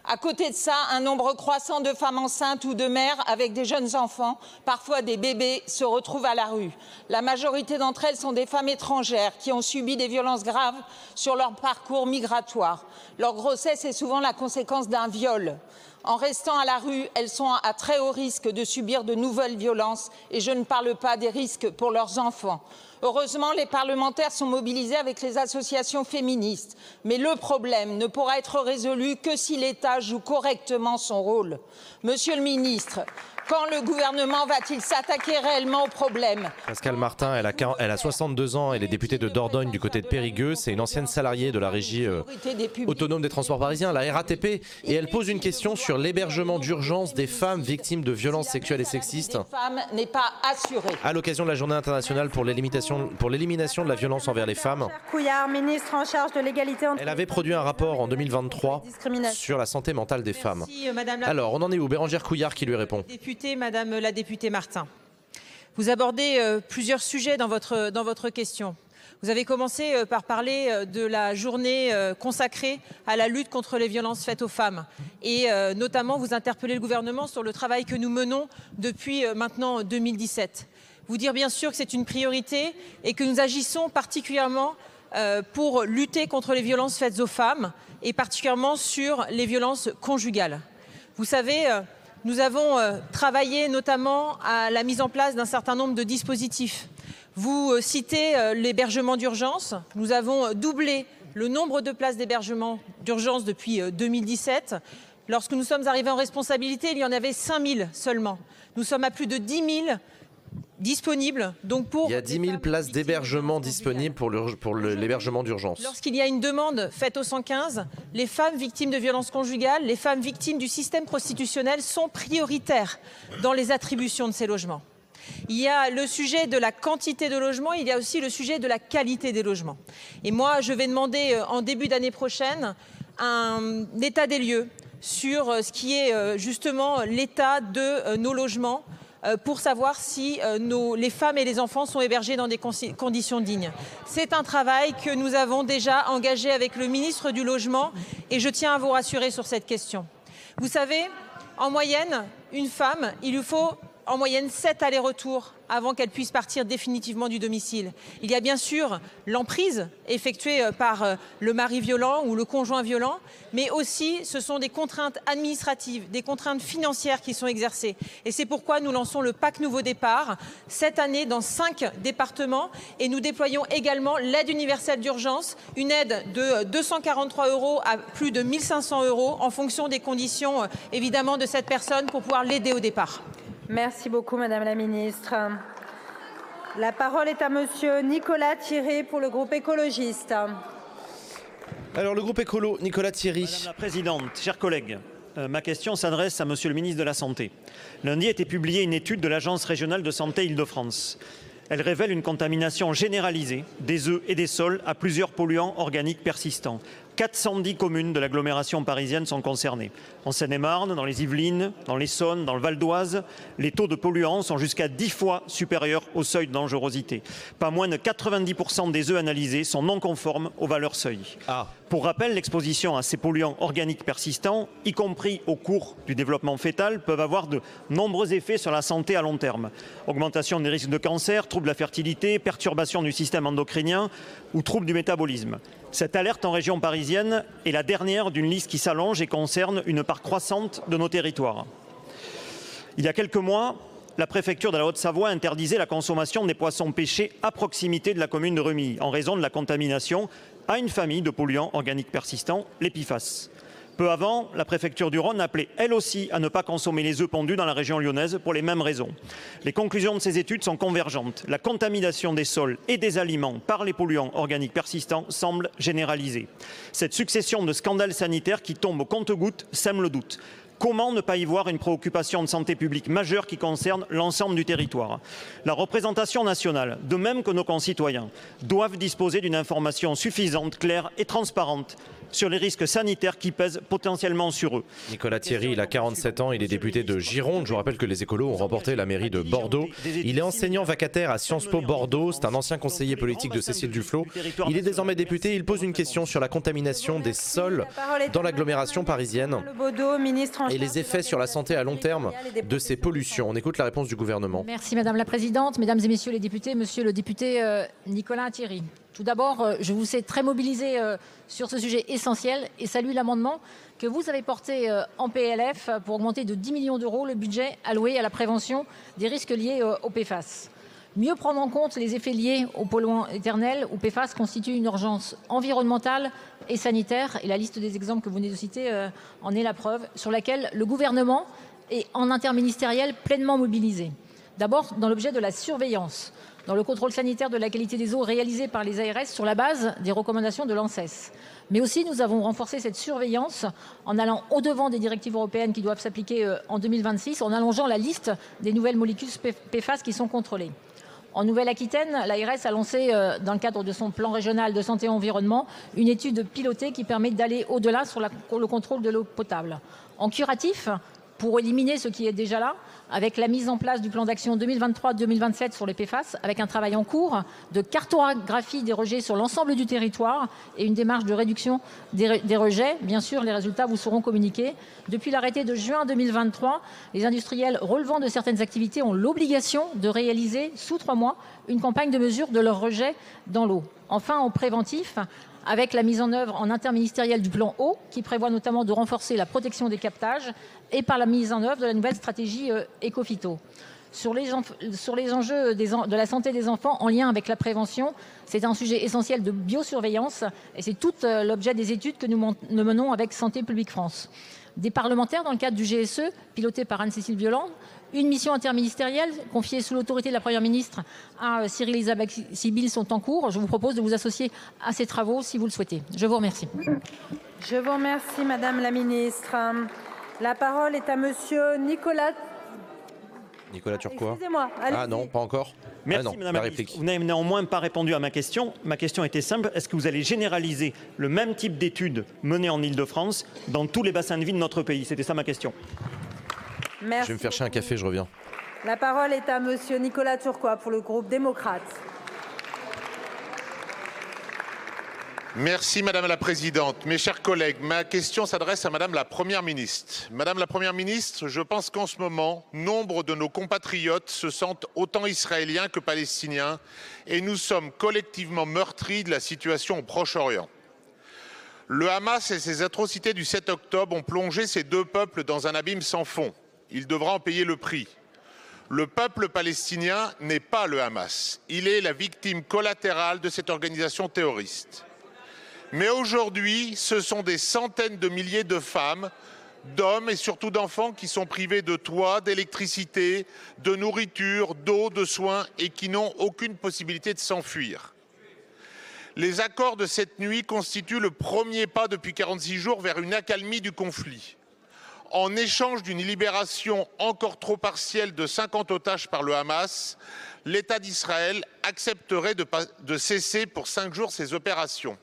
À côté de ça, un nombre croissant de femmes enceintes ou de mères avec des jeunes enfants, parfois des bébés, se retrouvent à la rue. La majorité d'entre elles sont des femmes étrangères qui ont subi des violences graves sur leur parcours migratoire. Leur grossesse est souvent la conséquence d'un viol. En restant à la rue, elles sont à très haut risque de subir de nouvelles violences et je ne parle pas des risques pour leurs enfants. Heureusement, les parlementaires sont mobilisés avec les associations féministes. Mais le problème ne pourra être résolu que si l'État joue correctement son rôle. Monsieur le ministre, quand le gouvernement va-t-il s'attaquer réellement au problème? Pascale Martin, elle a 62 ans, elle est députée de Dordogne du côté de Périgueux. C'est une ancienne salariée de la régie autonome des transports parisiens, la RATP. Et elle pose une question sur l'hébergement d'urgence des femmes victimes de violences sexuelles et sexistes. Des femmes n'est pas assurée. À l'occasion de la journée internationale pour l'élimination de la violence envers les femmes. Couillard, ministre en charge de l'égalité entre... Elle avait produit un rapport en 2023 sur la santé mentale des femmes. Madame Alors, on en est où? Bérangère Couillard qui lui répond. Madame la députée Martin, vous abordez plusieurs sujets dans votre question. Vous avez commencé par parler de la journée consacrée à la lutte contre les violences faites aux femmes et notamment vous interpellez le gouvernement sur le travail que nous menons depuis maintenant 2017. Vous dire bien sûr que c'est une priorité et que nous agissons particulièrement pour lutter contre les violences faites aux femmes et particulièrement sur les violences conjugales. Vous savez, nous avons travaillé notamment à la mise en place d'un certain nombre de dispositifs. Vous citez l'hébergement d'urgence. Nous avons doublé le nombre de places d'hébergement d'urgence depuis 2017. Lorsque nous sommes arrivés en responsabilité, il y en avait 5 000 seulement. Nous sommes à plus de 10 000 disponibles. Donc il y a 10 000 places d'hébergement disponibles pour l'hébergement d'urgence. Lorsqu'il y a une demande faite au 115, les femmes victimes de violences conjugales, les femmes victimes du système prostitutionnel sont prioritaires dans les attributions de ces logements. Il y a le sujet de la quantité de logements, il y a aussi le sujet de la qualité des logements. Et moi, je vais demander en début d'année prochaine un état des lieux sur ce qui est justement l'état de nos logements pour savoir si les femmes et les enfants sont hébergés dans des conditions dignes. C'est un travail que nous avons déjà engagé avec le ministre du Logement et je tiens à vous rassurer sur cette question. Vous savez, en moyenne, une femme, il lui faut en moyenne 7 allers-retours avant qu'elle puisse partir définitivement du domicile. Il y a bien sûr l'emprise effectuée par le mari violent ou le conjoint violent, mais aussi ce sont des contraintes administratives, des contraintes financières qui sont exercées. Et c'est pourquoi nous lançons le PAC Nouveau Départ cette année dans 5 départements et nous déployons également l'aide universelle d'urgence, une aide de 243 € à plus de 1 500 € en fonction des conditions évidemment de cette personne pour pouvoir l'aider au départ. Merci beaucoup, Madame la Ministre. La parole est à Monsieur Nicolas Thierry pour le groupe écologiste. Alors, le groupe écolo, Nicolas Thierry. Madame la Présidente, chers collègues, ma question s'adresse à Monsieur le ministre de la Santé. Lundi a été publiée une étude de l'Agence régionale de santé Île-de-France. Elle révèle une contamination généralisée des œufs et des sols à plusieurs polluants organiques persistants. 410 communes de l'agglomération parisienne sont concernées. En Seine-et-Marne, dans les Yvelines, dans l'Essonne, dans le Val d'Oise, les taux de polluants sont jusqu'à 10 fois supérieurs au seuil de dangerosité. Pas moins de 90% des œufs analysés sont non conformes aux valeurs seuil. Pour rappel, l'exposition à ces polluants organiques persistants, y compris au cours du développement fœtal, peuvent avoir de nombreux effets sur la santé à long terme. Augmentation des risques de cancer, troubles de la fertilité, perturbation du système endocrinien ou troubles du métabolisme. Cette alerte en région parisienne est la dernière d'une liste qui s'allonge et concerne une part croissante de nos territoires. Il y a quelques mois, la préfecture de la Haute-Savoie interdisait la consommation des poissons pêchés à proximité de la commune de Remilly en raison de la contamination à une famille de polluants organiques persistants, les PFAS. Peu avant, la préfecture du Rhône appelait elle aussi à ne pas consommer les œufs pondus dans la région lyonnaise pour les mêmes raisons. Les conclusions de ces études sont convergentes. La contamination des sols et des aliments par les polluants organiques persistants semble généralisée. Cette succession de scandales sanitaires qui tombent au compte-gouttes sème le doute. Comment ne pas y voir une préoccupation de santé publique majeure qui concerne l'ensemble du territoire? La représentation nationale, de même que nos concitoyens, doivent disposer d'une information suffisante, claire et transparente sur les risques sanitaires qui pèsent potentiellement sur eux. Nicolas Thierry, il a 47 ans, il est député de Gironde. Je vous rappelle que les écolos ont remporté la mairie de Bordeaux. Il est enseignant vacataire à Sciences Po Bordeaux. C'est un ancien conseiller politique de Cécile Duflot. Il est désormais député. Il pose une question sur la contamination des sols dans l'agglomération parisienne et les effets sur la santé à long terme de ces pollutions. On écoute la réponse du gouvernement. Merci Madame la Présidente, Mesdames et Messieurs les députés, Monsieur le député Nicolas Thierry. Tout d'abord, je vous sais très mobilisé sur ce sujet essentiel et salue l'amendement que vous avez porté en PLF pour augmenter de 10 millions d'euros le budget alloué à la prévention des risques liés au PFAS. Mieux prendre en compte les effets liés aux polluants éternels ou PFAS constitue une urgence environnementale et sanitaire, et la liste des exemples que vous venez de citer en est la preuve, sur laquelle le gouvernement est en interministériel pleinement mobilisé. D'abord, dans l'objet de la surveillance, dans le contrôle sanitaire de la qualité des eaux réalisé par les ARS sur la base des recommandations de l'ANSES. Mais aussi, nous avons renforcé cette surveillance en allant au-devant des directives européennes qui doivent s'appliquer en 2026, en allongeant la liste des nouvelles molécules PFAS qui sont contrôlées. En Nouvelle-Aquitaine, l'ARS a lancé, dans le cadre de son plan régional de santé et environnement, une étude pilotée qui permet d'aller au-delà sur le contrôle de l'eau potable. En curatif, pour éliminer ce qui est déjà là, avec la mise en place du plan d'action 2023-2027 sur les PFAS, avec un travail en cours de cartographie des rejets sur l'ensemble du territoire et une démarche de réduction des rejets. Bien sûr, les résultats vous seront communiqués. Depuis l'arrêté de juin 2023, les industriels relevant de certaines activités ont l'obligation de réaliser sous 3 mois une campagne de mesure de leurs rejets dans l'eau. Enfin, en préventif, avec la mise en œuvre en interministériel du plan eau, qui prévoit notamment de renforcer la protection des captages, et par la mise en œuvre de la nouvelle stratégie Ecophyto. Sur les enjeux de la santé des enfants en lien avec la prévention, c'est un sujet essentiel de biosurveillance, et c'est tout l'objet des études que nous menons avec Santé publique France. Des parlementaires, dans le cadre du GSE, piloté par Anne-Cécile Violent, une mission interministérielle confiée sous l'autorité de la Première ministre à Cyril Elisabeth Sibylle sont en cours. Je vous propose de vous associer à ces travaux si vous le souhaitez. Je vous remercie. Je vous remercie, Madame la Ministre. La parole est à Monsieur Nicolas Turquois. Excusez-moi. Ah non, pas encore. Merci Madame la Ministre. Vous n'avez néanmoins pas répondu à ma question. Ma question était simple. Est-ce que vous allez généraliser le même type d'études menées en Île-de-France dans tous les bassins de vie de notre pays? C'était ça ma question. Merci. Je vais me faire chercher un café, je reviens. La parole est à Monsieur Nicolas Turquois pour le groupe démocrate. Merci Madame la Présidente. Mes chers collègues, ma question s'adresse à Madame la Première ministre. Madame la Première ministre, je pense qu'en ce moment, nombre de nos compatriotes se sentent autant israéliens que palestiniens et nous sommes collectivement meurtris de la situation au Proche-Orient. Le Hamas et ses atrocités du 7 octobre ont plongé ces deux peuples dans un abîme sans fond. Il devra en payer le prix. Le peuple palestinien n'est pas le Hamas. Il est la victime collatérale de cette organisation terroriste. Mais aujourd'hui, ce sont des centaines de milliers de femmes, d'hommes et surtout d'enfants qui sont privés de toit, d'électricité, de nourriture, d'eau, de soins et qui n'ont aucune possibilité de s'enfuir. Les accords de cette nuit constituent le premier pas depuis 46 jours vers une accalmie du conflit. En échange d'une libération encore trop partielle de 50 otages par le Hamas, l'État d'Israël accepterait de cesser pour 5 jours ses opérations.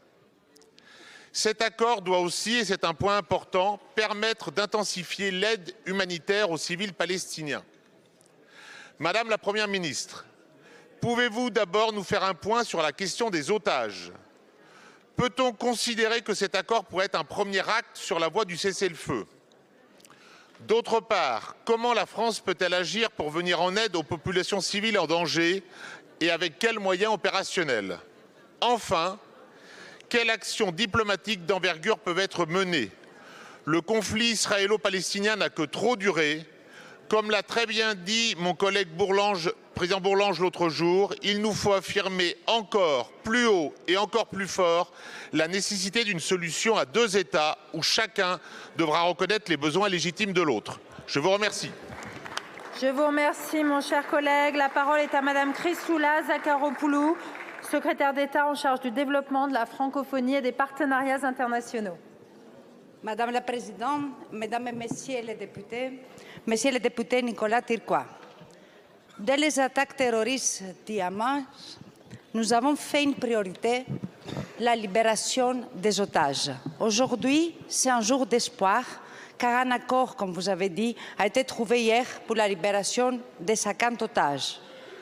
Cet accord doit aussi, et c'est un point important, permettre d'intensifier l'aide humanitaire aux civils palestiniens. Madame la Première ministre, pouvez-vous d'abord nous faire un point sur la question des otages? Peut-on considérer que cet accord pourrait être un premier acte sur la voie du cessez-le-feu? D'autre part, comment la France peut-elle agir pour venir en aide aux populations civiles en danger et avec quels moyens opérationnels? Enfin, quelles actions diplomatiques d'envergure peuvent être menées? Le conflit israélo-palestinien n'a que trop duré. Comme l'a très bien dit mon collègue président Bourlange l'autre jour, il nous faut affirmer encore plus haut et encore plus fort la nécessité d'une solution à 2 États où chacun devra reconnaître les besoins légitimes de l'autre. Je vous remercie. Je vous remercie, mon cher collègue. La parole est à Madame Chrysoula Zakharopoulou, secrétaire d'État en charge du développement, de la francophonie et des partenariats internationaux. Madame la Présidente, Mesdames et Messieurs les députés, Monsieur le député Nicolas Turquois, dès les attaques terroristes du Hamas, nous avons fait une priorité la libération des otages. Aujourd'hui, c'est un jour d'espoir, car un accord, comme vous avez dit, a été trouvé hier pour la libération des 50 otages.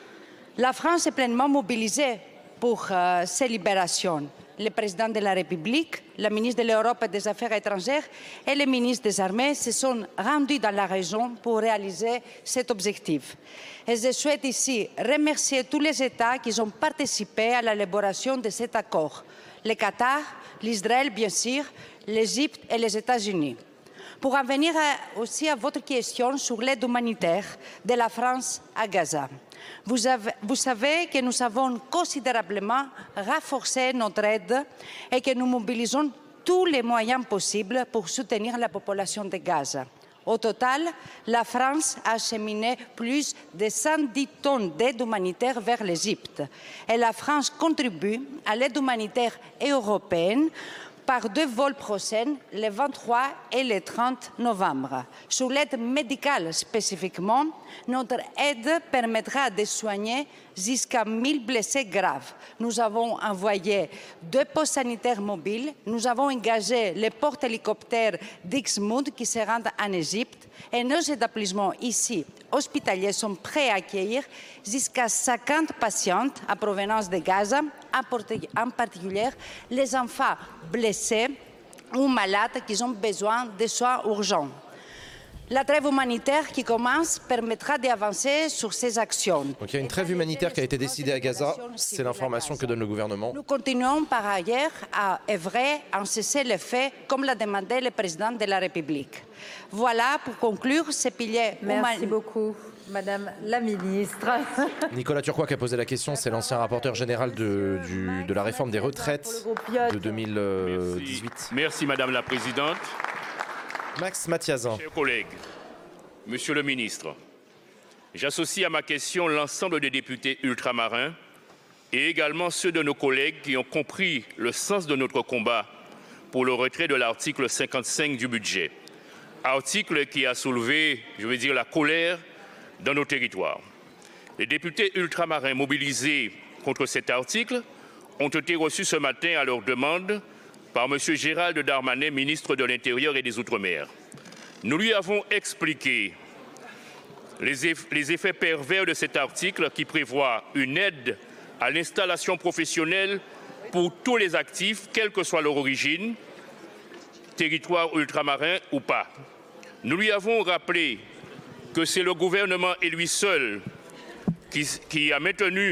La France est pleinement mobilisée pour ces libérations. Le président de la République, la ministre de l'Europe et des Affaires étrangères et le ministre des Armées se sont rendus dans la région pour réaliser cet objectif. Et je souhaite ici remercier tous les États qui ont participé à l'élaboration de cet accord. Le Qatar, l'Israël bien sûr, l'Égypte et les États-Unis. Pour en venir aussi à votre question sur l'aide humanitaire de la France à Gaza. Vous savez que nous avons considérablement renforcé notre aide et que nous mobilisons tous les moyens possibles pour soutenir la population de Gaza. Au total, la France a acheminé plus de 110 tonnes d'aide humanitaire vers l'Égypte. Et la France contribue à l'aide humanitaire européenne par 2 vols prochains, le 23 et le 30 novembre. Sur l'aide médicale spécifiquement, notre aide permettra de soigner jusqu'à 1000 blessés graves. Nous avons envoyé 2 postes sanitaires mobiles. Nous avons engagé les porte-hélicoptères d'Ixmoud qui se rendent en Égypte. Et nos établissements ici, hospitaliers, sont prêts à accueillir jusqu'à 50 patientes en provenance de Gaza, en particulier les enfants blessés ou malades qui ont besoin de soins urgents. La trêve humanitaire qui commence permettra d'avancer sur ces actions. Donc il y a une trêve humanitaire qui a été décidée à Gaza, c'est l'information que donne le gouvernement. Nous continuons par ailleurs à œuvrer en cessez-le-feu comme l'a demandé le président de la République. Voilà pour conclure ce pilier. Merci beaucoup, Madame la Ministre. Nicolas Turquois qui a posé la question, c'est l'ancien rapporteur général de la réforme des retraites de 2018. Merci Madame la Présidente. Max Mathiazin. Chers collègues, Monsieur le Ministre, j'associe à ma question l'ensemble des députés ultramarins et également ceux de nos collègues qui ont compris le sens de notre combat pour le retrait de l'article 55 du budget. Article qui a soulevé, je veux dire, la colère dans nos territoires. Les députés ultramarins mobilisés contre cet article ont été reçus ce matin à leur demande par M. Gérald Darmanin, ministre de l'Intérieur et des Outre-mer. Nous lui avons expliqué les effets pervers de cet article qui prévoit une aide à l'installation professionnelle pour tous les actifs, quelle que soit leur origine, territoire ultramarin ou pas. Nous lui avons rappelé que c'est le gouvernement et lui seul qui avait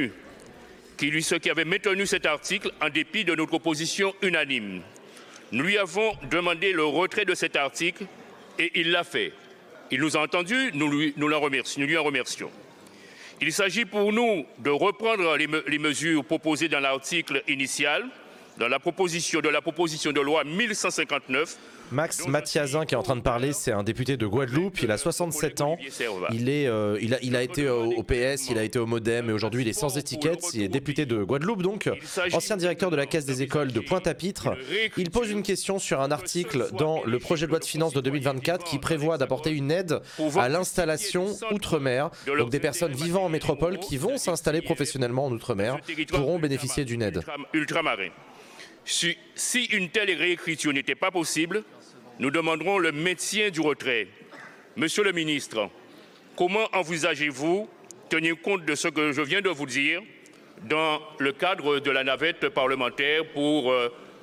maintenu cet article en dépit de notre opposition unanime. Nous lui avons demandé le retrait de cet article et il l'a fait. Il nous a entendus, nous lui en remercions. Il s'agit pour nous de reprendre les mesures proposées dans l'article initial, de la proposition de loi 1159. Max Mathiazin qui est en train de parler, c'est un député de Guadeloupe, il a 67 ans, il a été au PS, il a été au Modem et aujourd'hui il est sans étiquette, il est député de Guadeloupe donc, ancien directeur de la Caisse des écoles de Pointe-à-Pitre. Il pose une question sur un article dans le projet de loi de finances de 2024 qui prévoit d'apporter une aide à l'installation outre-mer, donc des personnes vivant en métropole qui vont s'installer professionnellement en outre-mer pourront bénéficier d'une aide. Ultramarin. Si une telle réécriture n'était pas possible, nous demanderons le maintien du retrait. Monsieur le ministre, comment envisagez-vous tenir compte de ce que je viens de vous dire dans le cadre de la navette parlementaire pour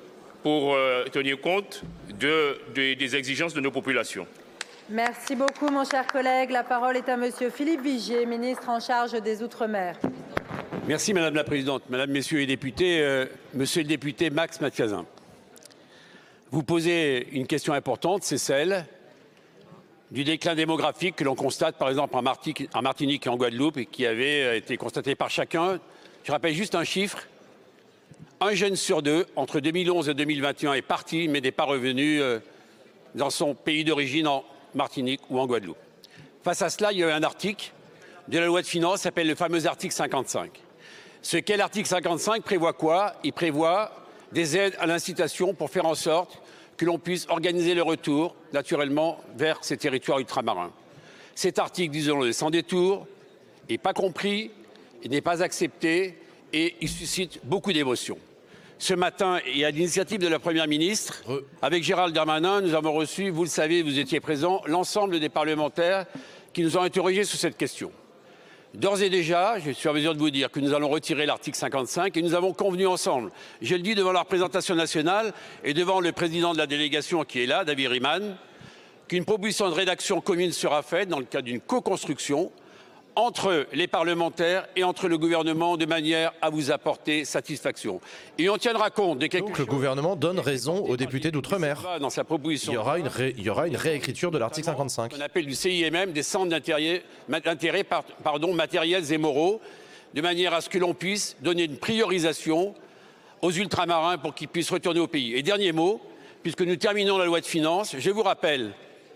tenir compte des exigences de nos populations? Merci beaucoup, mon cher collègue. La parole est à Monsieur Philippe Vigier, ministre en charge des Outre-mer. Merci Madame la Présidente. Mesdames, Messieurs les députés, Monsieur le député Max Mathiazin, vous posez une question importante, c'est celle du déclin démographique que l'on constate par exemple en Martinique et en Guadeloupe et qui avait été constaté par chacun. Je rappelle juste un chiffre. Un jeune sur 2, entre 2011 et 2021, est parti mais n'est pas revenu dans son pays d'origine en Martinique ou en Guadeloupe. Face à cela, il y a eu un article de la loi de finances qui s'appelle le fameux article 55. Ce qu'est l'article 55 prévoit quoi? Il prévoit des aides à l'incitation pour faire en sorte que l'on puisse organiser le retour, naturellement, vers ces territoires ultramarins. Cet article, disons-le, sans détour, n'est pas compris, il n'est pas accepté et il suscite beaucoup d'émotions. Ce matin, et à l'initiative de la Première ministre, avec Gérald Darmanin, nous avons reçu, vous le savez, vous étiez présents, l'ensemble des parlementaires qui nous ont interrogés sur cette question. D'ores et déjà, je suis en mesure de vous dire que nous allons retirer l'article 55 et nous avons convenu ensemble, je le dis devant la représentation nationale et devant le président de la délégation qui est là, David Riemann, qu'une proposition de rédaction commune sera faite dans le cadre d'une co-construction entre les parlementaires et entre le gouvernement de manière à vous apporter satisfaction. Et on tiendra compte de quelque chose. Donc le gouvernement donne raison aux députés d'outre-mer. Dans sa proposition. Il y aura une réécriture de l'article 55. On appelle du CIMM des centres d'intérêt matériels et moraux, de manière à ce que l'on puisse donner une priorisation aux ultramarins pour qu'ils puissent retourner au pays. Et dernier mot, puisque nous terminons la loi de finances, je vous rappelle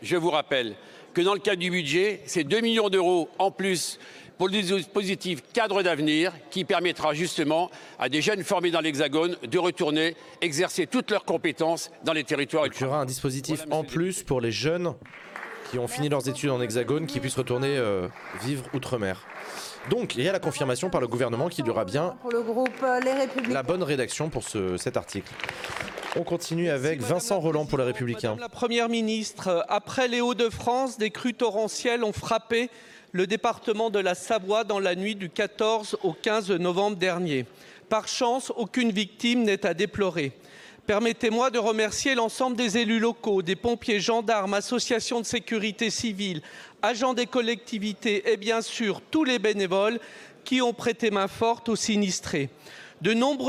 que dans le cadre du budget, c'est 2 millions d'euros en plus pour le dispositif cadre d'avenir qui permettra justement à des jeunes formés dans l'Hexagone de retourner exercer toutes leurs compétences dans les territoires. Il y aura un dispositif en plus pour les jeunes qui ont fini leurs études en Hexagone qui puissent retourner vivre outre-mer. Donc il y a la confirmation par le gouvernement qu'il y aura bien pour le groupe Les Républicains. La bonne rédaction pour cet article. On continue avec Vincent Rolland pour les Républicains. Madame la Première ministre, après les Hauts-de-France, des crues torrentielles ont frappé le département de la Savoie dans la nuit du 14 au 15 novembre dernier. Par chance, aucune victime n'est à déplorer. Permettez-moi de remercier l'ensemble des élus locaux, des pompiers, gendarmes, associations de sécurité civile, agents des collectivités et bien sûr tous les bénévoles qui ont prêté main forte aux sinistrés. De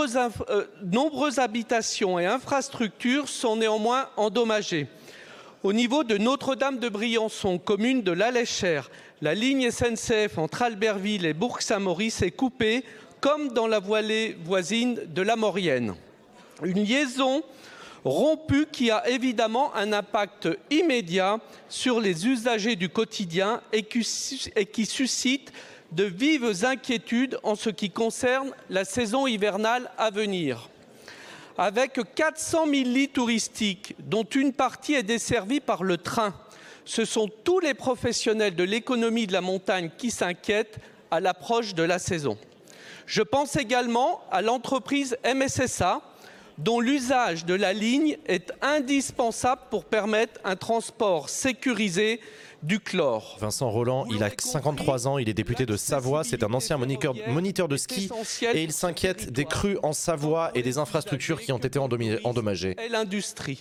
nombreuses habitations et infrastructures sont néanmoins endommagées. Au niveau de Notre-Dame-de-Briançon, commune de l'Aléchère, la ligne SNCF entre Albertville et Bourg-Saint-Maurice est coupée, comme dans la vallée voisine de la Maurienne. Une liaison rompue qui a évidemment un impact immédiat sur les usagers du quotidien et qui suscite de vives inquiétudes en ce qui concerne la saison hivernale à venir. Avec 400 000 lits touristiques, dont une partie est desservie par le train, ce sont tous les professionnels de l'économie de la montagne qui s'inquiètent à l'approche de la saison. Je pense également à l'entreprise MSSA, dont l'usage de la ligne est indispensable pour permettre un transport sécurisé du chlore. Vincent Rolland, il a 53 ans, il est député de Savoie, c'est un ancien moniteur de ski et il s'inquiète des crues en Savoie et des infrastructures qui ont été endommagées. Et l'industrie.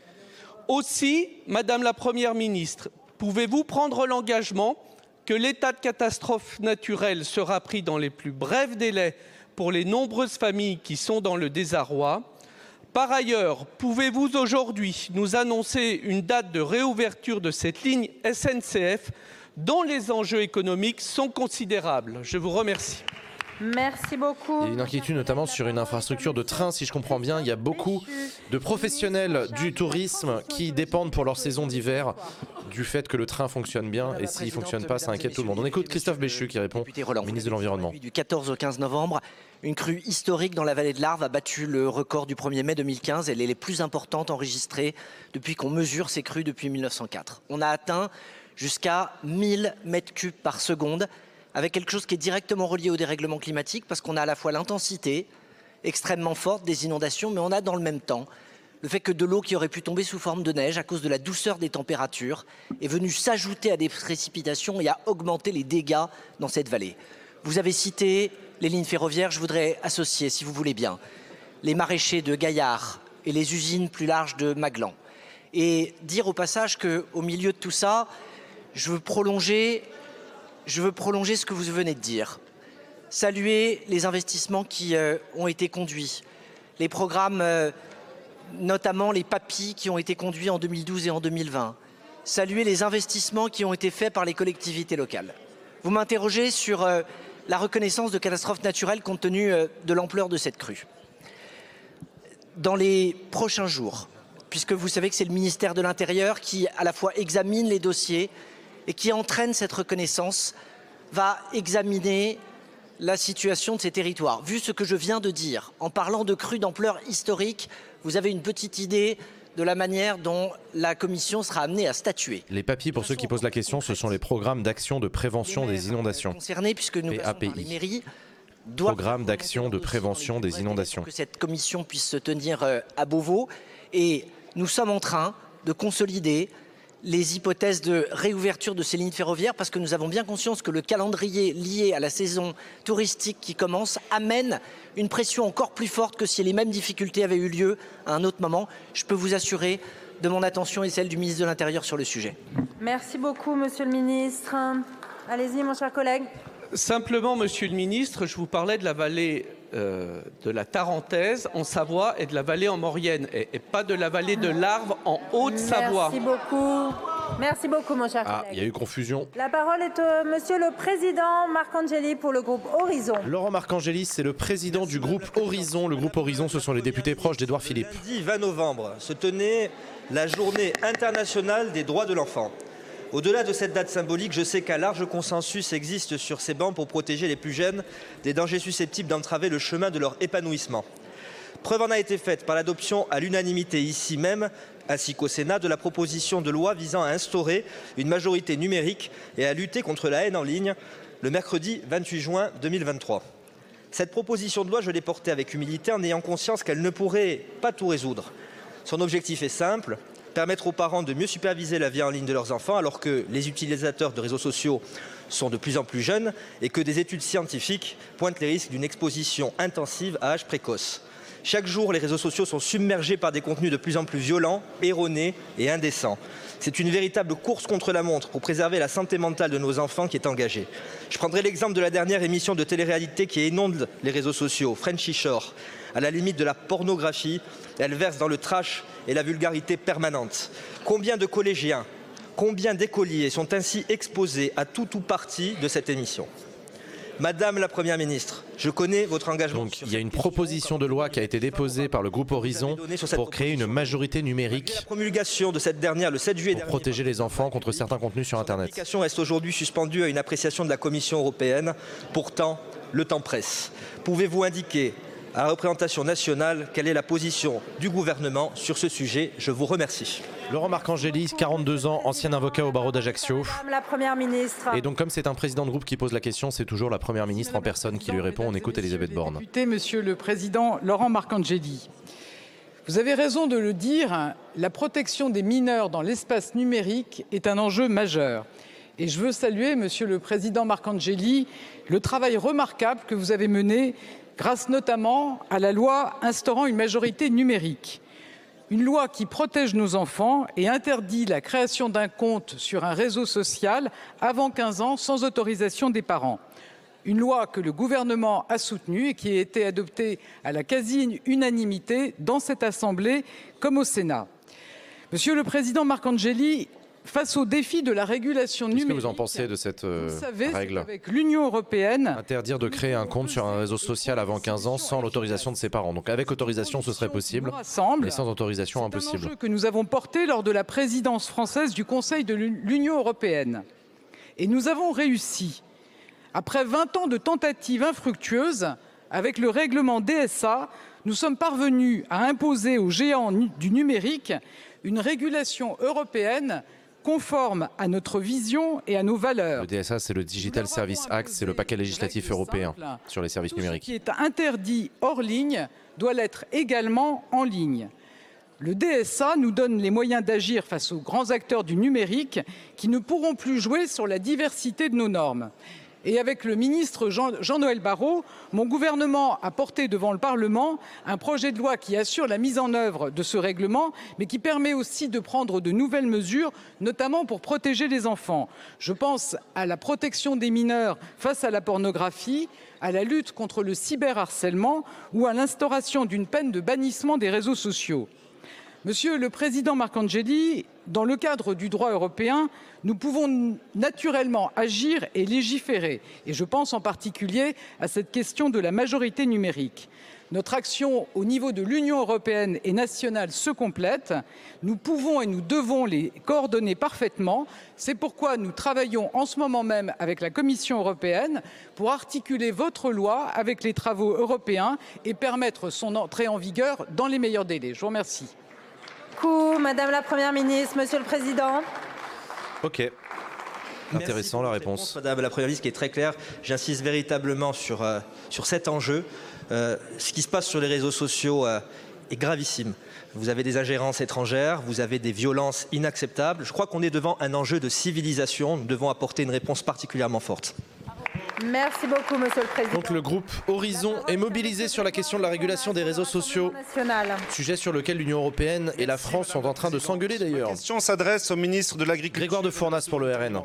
Aussi, Madame la Première ministre, pouvez-vous prendre l'engagement que l'état de catastrophe naturelle sera pris dans les plus brefs délais pour les nombreuses familles qui sont dans le désarroi ? Par ailleurs, pouvez-vous aujourd'hui nous annoncer une date de réouverture de cette ligne SNCF dont les enjeux économiques sont considérables? Je vous remercie. Merci beaucoup. Il y a une inquiétude notamment sur une infrastructure de train, si je comprends bien. Il y a beaucoup de professionnels du tourisme qui dépendent pour leur saison d'hiver du fait que le train fonctionne bien. Et s'il ne fonctionne pas, ça inquiète tout le monde. On écoute Christophe Béchu qui répond, ministre de l'Environnement. Du 14 au 15 novembre, une crue historique dans la vallée de l'Arve a battu le record du 1er mai 2015. Elle est les plus importantes enregistrées depuis qu'on mesure ces crues depuis 1904. On a atteint jusqu'à 1000 mètres cubes par seconde, avec quelque chose qui est directement relié au dérèglement climatique, parce qu'on a à la fois l'intensité extrêmement forte des inondations, mais on a dans le même temps le fait que de l'eau qui aurait pu tomber sous forme de neige à cause de la douceur des températures est venue s'ajouter à des précipitations et à augmenter les dégâts dans cette vallée. Vous avez cité les lignes ferroviaires, je voudrais associer, si vous voulez bien, les maraîchers de Gaillard et les usines plus larges de Maglan. Et dire au passage qu'au milieu de tout ça, je veux prolonger ce que vous venez de dire. Saluer les investissements qui ont été conduits, les programmes, notamment les PAPI qui ont été conduits en 2012 et en 2020. Saluer les investissements qui ont été faits par les collectivités locales. Vous m'interrogez sur la reconnaissance de catastrophes naturelles compte tenu de l'ampleur de cette crue. Dans les prochains jours, puisque vous savez que c'est le ministère de l'Intérieur qui à la fois examine les dossiers et qui entraîne cette reconnaissance, va examiner la situation de ces territoires. Vu ce que je viens de dire, en parlant de crues d'ampleur historique, vous avez une petite idée de la manière dont la commission sera amenée à statuer. Les PAPI, pour ceux qui posent la question, ce sont les programmes d'action de prévention des inondations. Concernés, puisque nous passons par les mairies, programme d'action de prévention des inondations. Que cette commission puisse se tenir à Beauvau. Et nous sommes en train de consolider les hypothèses de réouverture de ces lignes ferroviaires parce que nous avons bien conscience que le calendrier lié à la saison touristique qui commence amène une pression encore plus forte que si les mêmes difficultés avaient eu lieu à un autre moment. Je peux vous assurer de mon attention et celle du ministre de l'Intérieur sur le sujet. Merci beaucoup, Monsieur le Ministre. Allez-y, mon cher collègue. Simplement, Monsieur le Ministre, je vous parlais de la vallée de la Tarentaise en Savoie et de la vallée en Maurienne et pas de la vallée de l'Arve en Haute-Savoie. Merci beaucoup. Merci beaucoup, mon cher collègue. Il y a eu confusion. La parole est au Monsieur le Président Marcangeli pour le groupe Horizon. Laurent Marcangeli, c'est le président du groupe Horizon. Le groupe Horizon, ce sont les députés proches d'Édouard Philippe. Lundi 20 novembre se tenait la journée internationale des droits de l'enfant. Au-delà de cette date symbolique, je sais qu'un large consensus existe sur ces bancs pour protéger les plus jeunes des dangers susceptibles d'entraver le chemin de leur épanouissement. Preuve en a été faite par l'adoption à l'unanimité ici même, ainsi qu'au Sénat, de la proposition de loi visant à instaurer une majorité numérique et à lutter contre la haine en ligne le mercredi 28 juin 2023. Cette proposition de loi, je l'ai portée avec humilité en ayant conscience qu'elle ne pourrait pas tout résoudre. Son objectif est simple, permettre aux parents de mieux superviser la vie en ligne de leurs enfants alors que les utilisateurs de réseaux sociaux sont de plus en plus jeunes et que des études scientifiques pointent les risques d'une exposition intensive à âge précoce. Chaque jour, les réseaux sociaux sont submergés par des contenus de plus en plus violents, erronés et indécents. C'est une véritable course contre la montre pour préserver la santé mentale de nos enfants qui est engagée. Je prendrai l'exemple de la dernière émission de télé-réalité qui inonde les réseaux sociaux, Frenchy Shore. À la limite de la pornographie, elle verse dans le trash et la vulgarité permanente. Combien de collégiens, combien d'écoliers sont ainsi exposés à tout ou partie de cette émission ? Madame la Première ministre, je connais votre engagement. Donc il y a une proposition de loi qui a été déposée par le groupe Horizon pour créer une majorité numérique la promulgation de cette dernière le 7 juillet pour protéger les enfants contre certains contenus sur Internet. L'application reste aujourd'hui suspendue à une appréciation de la Commission européenne. Pourtant, le temps presse. Pouvez-vous indiquer à la représentation nationale quelle est la position du gouvernement sur ce sujet? Je vous remercie. Laurent Marcangeli, 42 ans, ancien avocat au barreau d'Ajaccio. Madame la Première ministre. Et donc comme c'est un président de groupe qui pose la question, c'est toujours la Première ministre en personne qui lui répond. On écoute Elisabeth Borne. Député, Monsieur le Président Laurent Marcangeli. Vous avez raison de le dire, la protection des mineurs dans l'espace numérique est un enjeu majeur. Et je veux saluer, Monsieur le Président Marcangeli, le travail remarquable que vous avez mené grâce notamment à la loi instaurant une majorité numérique. Une loi qui protège nos enfants et interdit la création d'un compte sur un réseau social avant 15 ans sans autorisation des parents. Une loi que le gouvernement a soutenue et qui a été adoptée à la quasi-unanimité dans cette Assemblée comme au Sénat. Monsieur le Président Marcangeli, face au défi de la régulation numérique, qu'est-ce que vous en pensez de cette règle? Avec l'Union européenne, interdire de créer un compte sur un réseau social avant 15 ans sans l'autorisation de ses parents. Donc avec autorisation, ce serait possible, mais sans autorisation, impossible. C'est un enjeu que nous avons porté lors de la présidence française du Conseil de l'Union européenne. Et nous avons réussi. Après 20 ans de tentatives infructueuses, avec le règlement DSA, nous sommes parvenus à imposer aux géants du numérique une régulation européenne conforme à notre vision et à nos valeurs. Le DSA, c'est le Digital Service Act, c'est le paquet législatif européen sur les services numériques. Ce qui est interdit hors ligne doit l'être également en ligne. Le DSA nous donne les moyens d'agir face aux grands acteurs du numérique qui ne pourront plus jouer sur la diversité de nos normes. Et avec le ministre Jean-Noël Barrot, mon gouvernement a porté devant le Parlement un projet de loi qui assure la mise en œuvre de ce règlement, mais qui permet aussi de prendre de nouvelles mesures, notamment pour protéger les enfants. Je pense à la protection des mineurs face à la pornographie, à la lutte contre le cyberharcèlement ou à l'instauration d'une peine de bannissement des réseaux sociaux. Monsieur le Président Marcangeli, dans le cadre du droit européen, nous pouvons naturellement agir et légiférer. Et je pense en particulier à cette question de la majorité numérique. Notre action au niveau de l'Union européenne et nationale se complète. Nous pouvons et nous devons les coordonner parfaitement. C'est pourquoi nous travaillons en ce moment même avec la Commission européenne pour articuler votre loi avec les travaux européens et permettre son entrée en vigueur dans les meilleurs délais. Je vous remercie. Madame la Première ministre, Monsieur le Président. Ok. Intéressant la réponse. Madame la Première ministre, qui est très claire. J'insiste véritablement sur cet enjeu. Ce qui se passe sur les réseaux sociaux est gravissime. Vous avez des ingérences étrangères, vous avez des violences inacceptables. Je crois qu'on est devant un enjeu de civilisation. Nous devons apporter une réponse particulièrement forte. Merci beaucoup, Monsieur le Président. Donc le groupe Horizon est mobilisé sur la question de la régulation des réseaux sociaux, sujet sur lequel l'Union européenne et la France sont en train de s'engueuler d'ailleurs. La question s'adresse au ministre de l'Agriculture. Grégoire de Fournas pour le RN.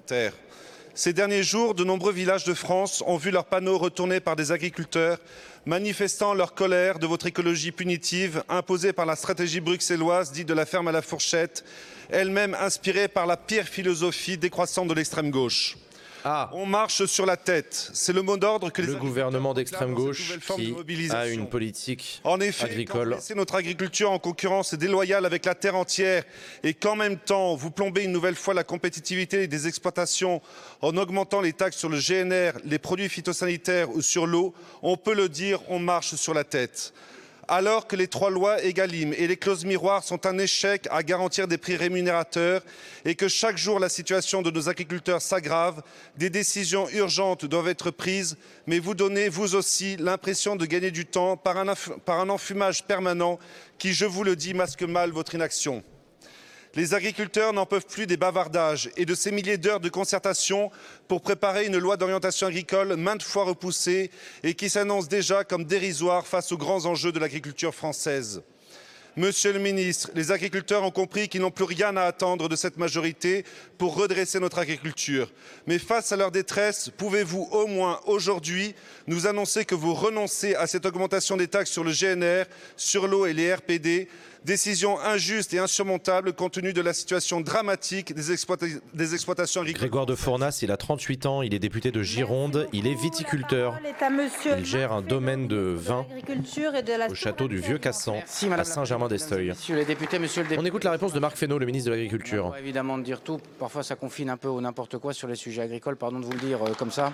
Ces derniers jours, de nombreux villages de France ont vu leurs panneaux retournés par des agriculteurs manifestant leur colère de votre écologie punitive imposée par la stratégie bruxelloise dite de la ferme à la fourchette, elle-même inspirée par la pire philosophie décroissante de l'extrême gauche. On marche sur la tête. C'est le mot d'ordre que le gouvernement d'extrême gauche qui a une politique agricole. Quand laisser notre agriculture en concurrence déloyale avec la terre entière et qu'en même temps vous plombez une nouvelle fois la compétitivité des exploitations en augmentant les taxes sur le GNR, les produits phytosanitaires ou sur l'eau, on peut le dire, on marche sur la tête. Alors que les 3 lois Egalim et les clauses miroirs sont un échec à garantir des prix rémunérateurs et que chaque jour la situation de nos agriculteurs s'aggrave, des décisions urgentes doivent être prises, mais vous donnez, vous aussi, l'impression de gagner du temps par un enfumage permanent qui, je vous le dis, masque mal votre inaction. Les agriculteurs n'en peuvent plus des bavardages et de ces milliers d'heures de concertation pour préparer une loi d'orientation agricole maintes fois repoussée et qui s'annonce déjà comme dérisoire face aux grands enjeux de l'agriculture française. Monsieur le ministre, les agriculteurs ont compris qu'ils n'ont plus rien à attendre de cette majorité pour redresser notre agriculture. Mais face à leur détresse, pouvez-vous au moins aujourd'hui nous annoncer que vous renoncez à cette augmentation des taxes sur le GNR, sur l'eau et les RPD, décision injuste et insurmontable compte tenu de la situation dramatique des exploitations agricoles. Grégoire de Fournas, il a 38 ans, il est député de Gironde, il est viticulteur. Il gère un domaine de vin au château du Vieux-Cassan, à Saint-Germain-d'Esteuil. Monsieur les députés, On écoute la réponse de Marc Fesneau, le ministre de l'Agriculture. Évidemment de dire tout, parfois ça confine un peu au n'importe quoi sur les sujets agricoles, pardon de vous le dire comme ça.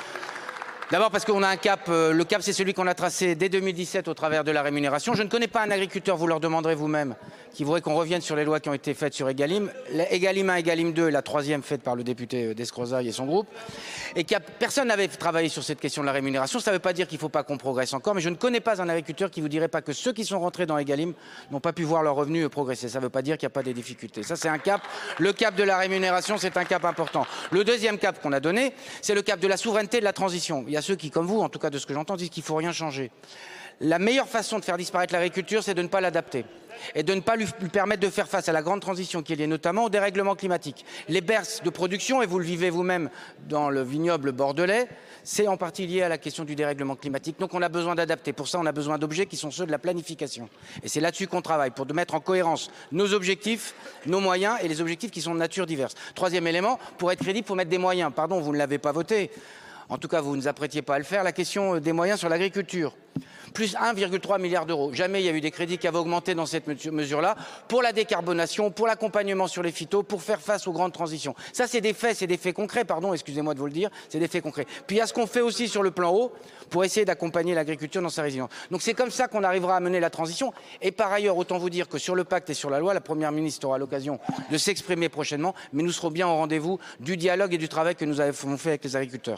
D'abord parce qu'on a un cap, le cap c'est celui qu'on a tracé dès 2017 au travers de la rémunération. Je ne connais pas un agriculteur, vous leur demanderez vous-même, qui voudrait qu'on revienne sur les lois qui ont été faites sur Egalim. Egalim 1, Egalim 2, la troisième faite par le député Descrozaille et son groupe. Et personne n'avait travaillé sur cette question de la rémunération. Ça ne veut pas dire qu'il ne faut pas qu'on progresse encore, mais je ne connais pas un agriculteur qui vous dirait pas que ceux qui sont rentrés dans Egalim n'ont pas pu voir leurs revenus progresser. Ça ne veut pas dire qu'il n'y a pas des difficultés. Ça c'est un cap. Le cap de la rémunération, c'est un cap important. Le deuxième cap qu'on a donné, c'est le cap de la souveraineté et de la transition. Il y a ceux qui, comme vous, en tout cas de ce que j'entends, disent qu'il ne faut rien changer. La meilleure façon de faire disparaître l'agriculture, c'est de ne pas l'adapter et de ne pas lui permettre de faire face à la grande transition qui est liée notamment au dérèglement climatique. Les baisses de production, et vous le vivez vous-même dans le vignoble bordelais, c'est en partie lié à la question du dérèglement climatique. Donc on a besoin d'adapter. Pour ça, on a besoin d'objets qui sont ceux de la planification. Et c'est là-dessus qu'on travaille, pour mettre en cohérence nos objectifs, nos moyens et les objectifs qui sont de nature diverse. Troisième élément, pour être crédible, il faut mettre des moyens. Pardon, vous ne l'avez pas voté. En tout cas, vous ne vous apprêtiez pas à le faire, la question des moyens sur l'agriculture. Plus 1,3 milliard d'euros. Jamais il y a eu des crédits qui avaient augmenté dans cette mesure-là pour la décarbonation, pour l'accompagnement sur les phytos, pour faire face aux grandes transitions. Ça, c'est des faits concrets, pardon, excusez-moi de vous le dire, c'est des faits concrets. Puis il y a ce qu'on fait aussi sur le plan haut pour essayer d'accompagner l'agriculture dans sa résilience. Donc c'est comme ça qu'on arrivera à mener la transition. Et par ailleurs, autant vous dire que sur le pacte et sur la loi, la Première ministre aura l'occasion de s'exprimer prochainement, mais nous serons bien au rendez-vous du dialogue et du travail que nous avons fait avec les agriculteurs.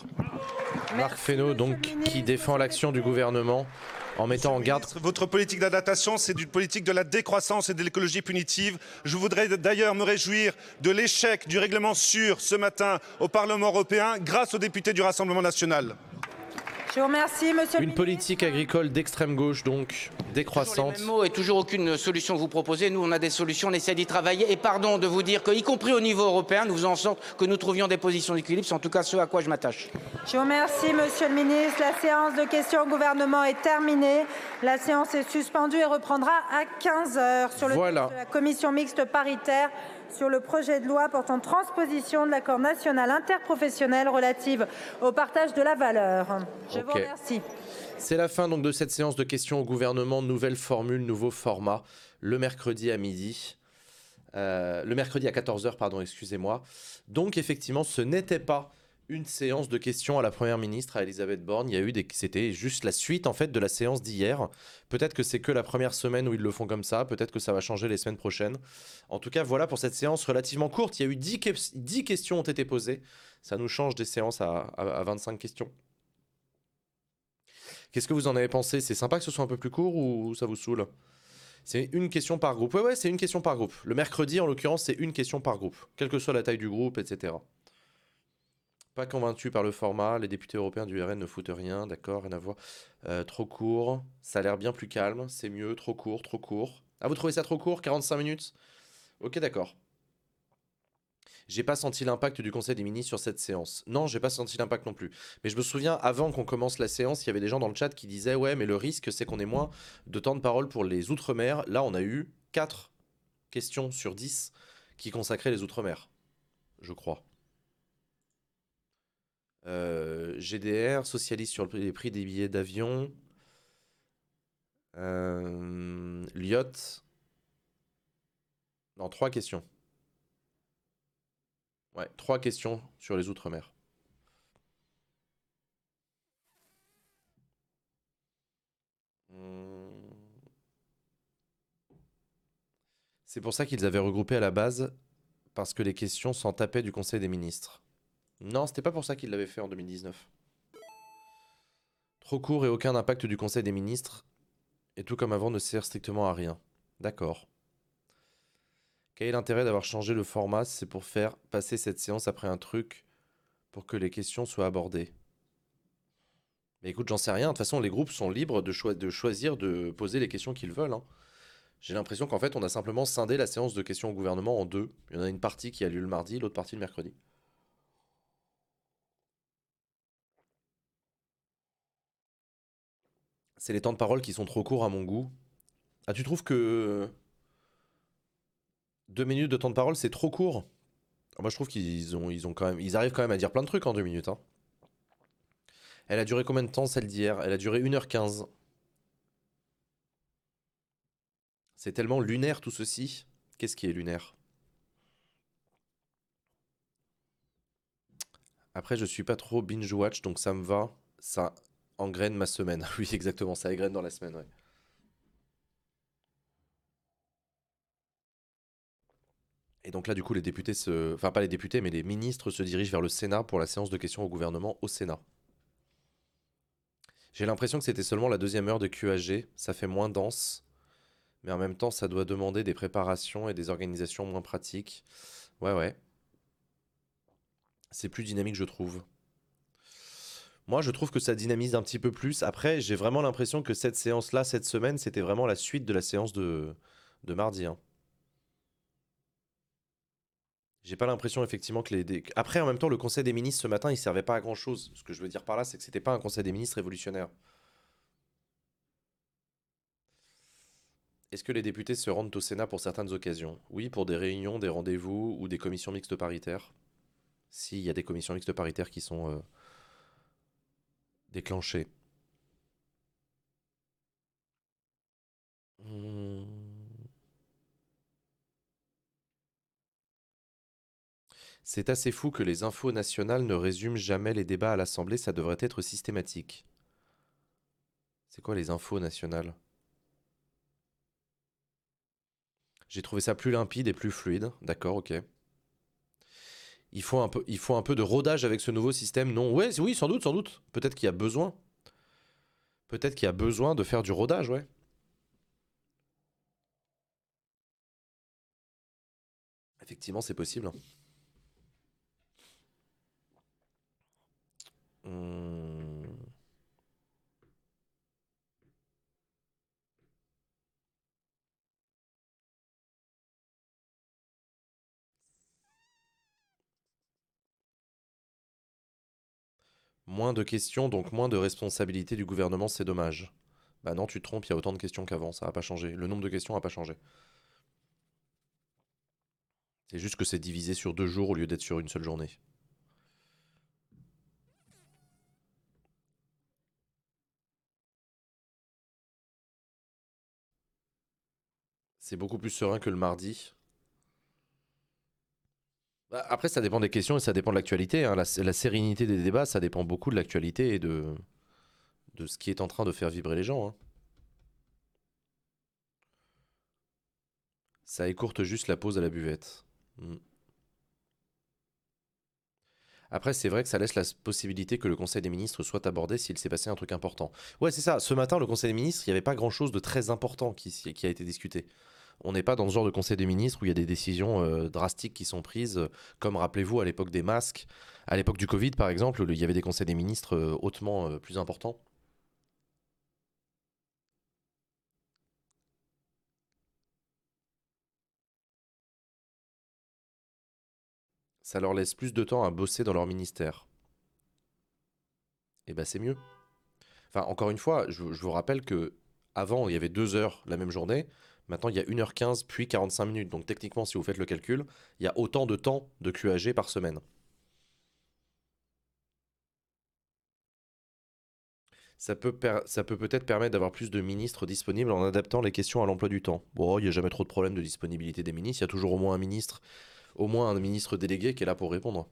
Marc Fesneau, donc, qui défend l'action du gouvernement en mettant en garde. Votre politique d'adaptation, c'est une politique de la décroissance et de l'écologie punitive. Je voudrais d'ailleurs me réjouir de l'échec du règlement SUR ce matin au Parlement européen grâce aux députés du Rassemblement national. Je vous remercie, monsieur. Une politique agricole d'extrême gauche, donc décroissante. Toujours les mêmes mots et toujours aucune solution que vous proposez. Nous, on a des solutions, on essaie d'y travailler. Et pardon de vous dire qu'y compris au niveau européen, nous faisons en sorte que nous trouvions des positions d'équilibre. C'est en tout cas ce à quoi je m'attache. Je vous remercie, monsieur le ministre. La séance de questions au gouvernement est terminée. La séance est suspendue et reprendra à 15h sur le texte de la commission mixte paritaire sur le projet de loi portant transposition de l'accord national interprofessionnel relative au partage de la valeur. Je vous remercie. C'est la fin donc de cette séance de questions au gouvernement. Nouvelle formule, nouveau format. Le mercredi à midi. Le mercredi à 14h, pardon, excusez-moi. Donc effectivement, ce n'était pas une séance de questions à la Première ministre, à Elisabeth Borne. Il y a eu c'était juste la suite en fait de la séance d'hier. Peut-être que c'est que la première semaine où ils le font comme ça. Peut-être que ça va changer les semaines prochaines. En tout cas, voilà pour cette séance relativement courte. Il y a eu 10 questions ont été posées. Ça nous change des séances à 25 questions. Qu'est-ce que vous en avez pensé? C'est sympa que ce soit un peu plus court ou ça vous saoule? C'est une question par groupe. Ouais, c'est une question par groupe. Le mercredi, en l'occurrence, c'est une question par groupe. Quelle que soit la taille du groupe, etc. Pas convaincu par le format, les députés européens du RN ne foutent rien, d'accord, rien à voir. Trop court, ça a l'air bien plus calme, c'est mieux, trop court, trop court. Ah, vous trouvez ça trop court, 45 minutes? Ok, d'accord. J'ai pas senti l'impact du Conseil des ministres sur cette séance. Non, j'ai pas senti l'impact non plus. Mais je me souviens, avant qu'on commence la séance, il y avait des gens dans le chat qui disaient « Ouais, mais le risque, c'est qu'on ait moins de temps de parole pour les Outre-mer. » Là, on a eu 4 questions sur 10 qui consacraient les Outre-mer, je crois. GDR, socialiste sur les prix des billets d'avion. Lyot. Non, 3 questions. Ouais, 3 questions sur les Outre-mer. C'est pour ça qu'ils avaient regroupé à la base, parce que les questions s'en tapaient du Conseil des ministres. Non, c'était pas pour ça qu'ils l'avaient fait en 2019. Trop court et aucun impact du Conseil des ministres, et tout comme avant ne sert strictement à rien. D'accord. Quel est l'intérêt d'avoir changé le format? C'est pour faire passer cette séance après un truc pour que les questions soient abordées. Mais écoute, j'en sais rien. De toute façon, les groupes sont libres de choisir de poser les questions qu'ils veulent. Hein. J'ai l'impression qu'en fait, on a simplement scindé la séance de questions au gouvernement en deux. Il y en a une partie qui a lieu le mardi, l'autre partie le mercredi. C'est les temps de parole qui sont trop courts à mon goût. Ah, tu trouves que 2 minutes de temps de parole, c'est trop court? Moi, je trouve qu'ils arrivent quand même à dire plein de trucs en 2 minutes. Hein. Elle a duré combien de temps, celle d'hier? Elle a duré 1h15. C'est tellement lunaire tout ceci. Qu'est-ce qui est lunaire? Après, je suis pas trop binge-watch, donc ça me va. Ça engraine ma semaine. Oui, exactement, ça égrène dans la semaine, ouais. Et donc là, du coup, les députés Enfin, pas les députés, mais les ministres se dirigent vers le Sénat pour la séance de questions au gouvernement au Sénat. J'ai l'impression que c'était seulement la 2e heure de QAG. Ça fait moins dense. Mais en même temps, ça doit demander des préparations et des organisations moins pratiques. Ouais. C'est plus dynamique, je trouve. Moi, je trouve que ça dynamise un petit peu plus. Après, j'ai vraiment l'impression que cette séance-là, cette semaine, c'était vraiment la suite de la séance de mardi. Hein. J'ai pas l'impression, effectivement, que Après, en même temps, le Conseil des ministres, ce matin, il servait pas à grand-chose. Ce que je veux dire par là, c'est que c'était pas un Conseil des ministres révolutionnaire. Est-ce que les députés se rendent au Sénat pour certaines occasions? Oui, pour des réunions, des rendez-vous ou des commissions mixtes paritaires. S'il y a des commissions mixtes paritaires qui sont déclenchées. C'est assez fou que les infos nationales ne résument jamais les débats à l'Assemblée, ça devrait être systématique. C'est quoi les infos nationales? J'ai trouvé ça plus limpide et plus fluide. D'accord, ok. Il faut un peu de rodage avec ce nouveau système, non? Ouais, oui, sans doute. Peut-être qu'il y a besoin. Peut-être qu'il y a besoin de faire du rodage, ouais. Effectivement, c'est possible. Moins de questions, donc moins de responsabilités du gouvernement, c'est dommage. Bah non, tu te trompes, il y a autant de questions qu'avant, ça n'a pas changé. Le nombre de questions n'a pas changé. C'est juste que c'est divisé sur 2 jours au lieu d'être sur une seule journée. C'est beaucoup plus serein que le mardi. Bah, après, ça dépend des questions et ça dépend de l'actualité, hein. La sérénité des débats, ça dépend beaucoup de l'actualité et de ce qui est en train de faire vibrer les gens, hein. Ça écourte juste la pause à la buvette. Mm. Après, c'est vrai que ça laisse la possibilité que le Conseil des ministres soit abordé s'il s'est passé un truc important. Ouais, c'est ça. Ce matin, le Conseil des ministres, il n'y avait pas grand-chose de très important qui a été discuté. On n'est pas dans ce genre de Conseil des ministres où il y a des décisions drastiques qui sont prises, comme rappelez-vous à l'époque des masques, à l'époque du Covid par exemple, il y avait des Conseils des ministres hautement plus importants. Ça leur laisse plus de temps à bosser dans leur ministère. Et ben c'est mieux. Enfin, encore une fois, je vous rappelle que avant il y avait 2 heures la même journée. Maintenant, il y a 1h15 puis 45 minutes. Donc techniquement, si vous faites le calcul, il y a autant de temps de QAG par semaine. Ça peut peut-être permettre d'avoir plus de ministres disponibles en adaptant les questions à l'emploi du temps. Bon, il n'y a jamais trop de problème de disponibilité des ministres. Il y a toujours au moins un ministre délégué qui est là pour répondre.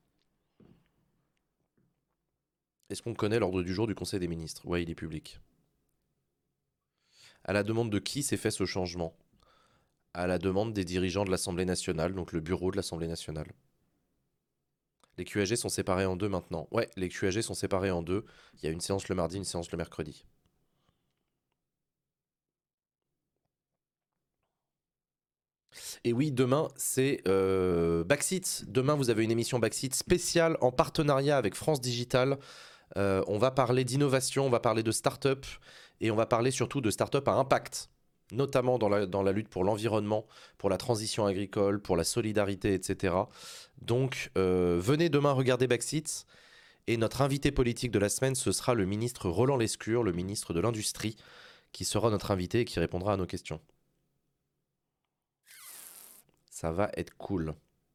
Est-ce qu'on connaît l'ordre du jour du Conseil des ministres? Ouais, il est public. À la demande de qui s'est fait ce changement? À la demande des dirigeants de l'Assemblée nationale, donc le bureau de l'Assemblée nationale. Les QAG sont séparés en 2 maintenant. Ouais, les QAG sont séparés en 2. Il y a une séance le mardi, une séance le mercredi. Et oui, demain, c'est Backseat. Demain, vous avez une émission Backseat spéciale en partenariat avec France Digital. On va parler d'innovation, on va parler de start-up et on va parler surtout de start-up à impact, notamment dans la lutte pour l'environnement, pour la transition agricole, pour la solidarité, etc. Donc, venez demain regarder Backseat. Et notre invité politique de la semaine, ce sera le ministre Roland Lescure, le ministre de l'Industrie, qui sera notre invité et qui répondra à nos questions. Ça va être cool.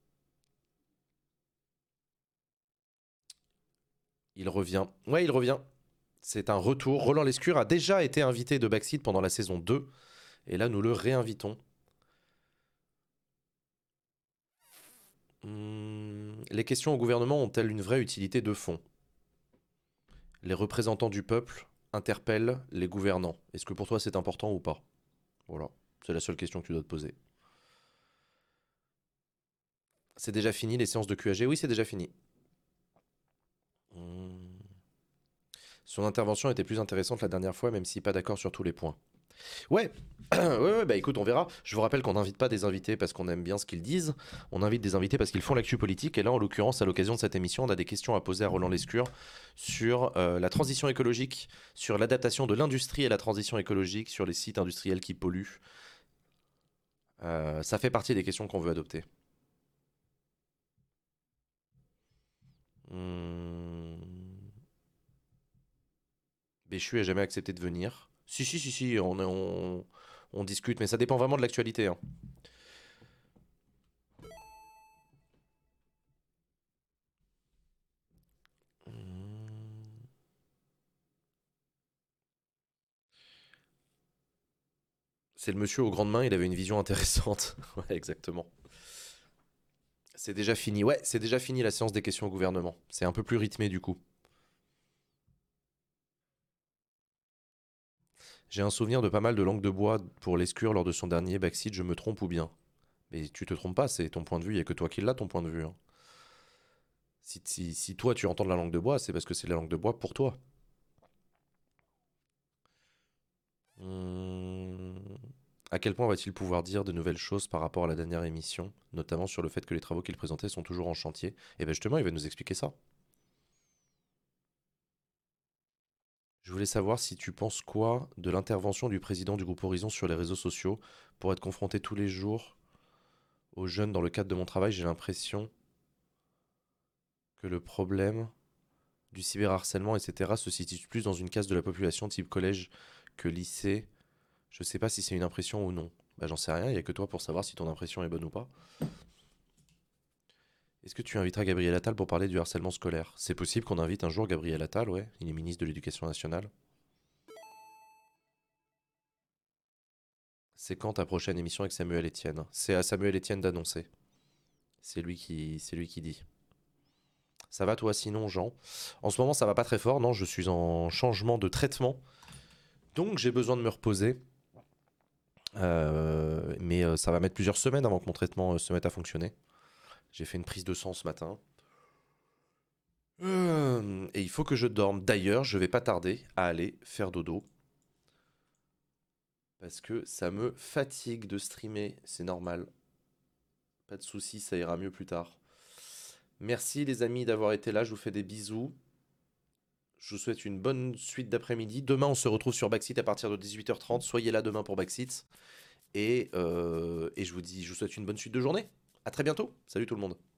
Il revient. Ouais, il revient. C'est un retour. Roland Lescure a déjà été invité de Backseat pendant la saison 2. Et là, nous le réinvitons. Les questions au gouvernement ont-elles une vraie utilité de fond? Les représentants du peuple interpellent les gouvernants. Est-ce que pour toi c'est important ou pas? Voilà, c'est la seule question que tu dois te poser. C'est déjà fini les séances de QAG? Oui, c'est déjà fini. Son intervention était plus intéressante la dernière fois, même si pas d'accord sur tous les points. Ouais, ouais, bah écoute, on verra. Je vous rappelle qu'on n'invite pas des invités parce qu'on aime bien ce qu'ils disent. On invite des invités parce qu'ils font l'actu politique. Et là, en l'occurrence, à l'occasion de cette émission, on a des questions à poser à Roland Lescure sur la transition écologique, sur l'adaptation de l'industrie à la transition écologique, sur les sites industriels qui polluent. Ça fait partie des questions qu'on veut adopter. Béchu n'a jamais accepté de venir. Si, on discute, mais ça dépend vraiment de l'actualité, hein. C'est le monsieur aux grandes mains, il avait une vision intéressante. Ouais, exactement. C'est déjà fini. Ouais, c'est déjà fini la séance des questions au gouvernement. C'est un peu plus rythmé du coup. J'ai un souvenir de pas mal de langue de bois pour Lescure lors de son dernier Backseat, je me trompe ou bien? Mais tu te trompes pas, c'est ton point de vue, il n'y a que toi qui l'as ton point de vue, hein. Si toi tu entends de la langue de bois, c'est parce que c'est la langue de bois pour toi. À quel point va-t-il pouvoir dire de nouvelles choses par rapport à la dernière émission, notamment sur le fait que les travaux qu'il présentait sont toujours en chantier? Et bien justement, il va nous expliquer ça. Je voulais savoir si tu penses quoi de l'intervention du président du groupe Horizon sur les réseaux sociaux. Pour être confronté tous les jours aux jeunes dans le cadre de mon travail, j'ai l'impression que le problème du cyberharcèlement, etc., se situe plus dans une case de la population type collège que lycée. Je sais pas si c'est une impression ou non. Bah j'en sais rien, il n'y a que toi pour savoir si ton impression est bonne ou pas. Est-ce que tu inviteras Gabriel Attal pour parler du harcèlement scolaire? C'est possible qu'on invite un jour Gabriel Attal, ouais. Il est ministre de l'Éducation nationale. C'est quand ta prochaine émission avec Samuel Etienne? C'est à Samuel Etienne d'annoncer. C'est lui qui dit. Ça va toi sinon, Jean? En ce moment, ça va pas très fort. Non, je suis en changement de traitement. Donc, j'ai besoin de me reposer. Mais ça va mettre plusieurs semaines avant que mon traitement se mette à fonctionner. J'ai fait une prise de sang ce matin. Et il faut que je dorme. D'ailleurs, je vais pas tarder à aller faire dodo. Parce que ça me fatigue de streamer. C'est normal. Pas de soucis, ça ira mieux plus tard. Merci les amis d'avoir été là. Je vous fais des bisous. Je vous souhaite une bonne suite d'après-midi. Demain, on se retrouve sur Backseat à partir de 18h30. Soyez là demain pour Backseat. Et je vous souhaite une bonne suite de journée. À très bientôt. Salut tout le monde.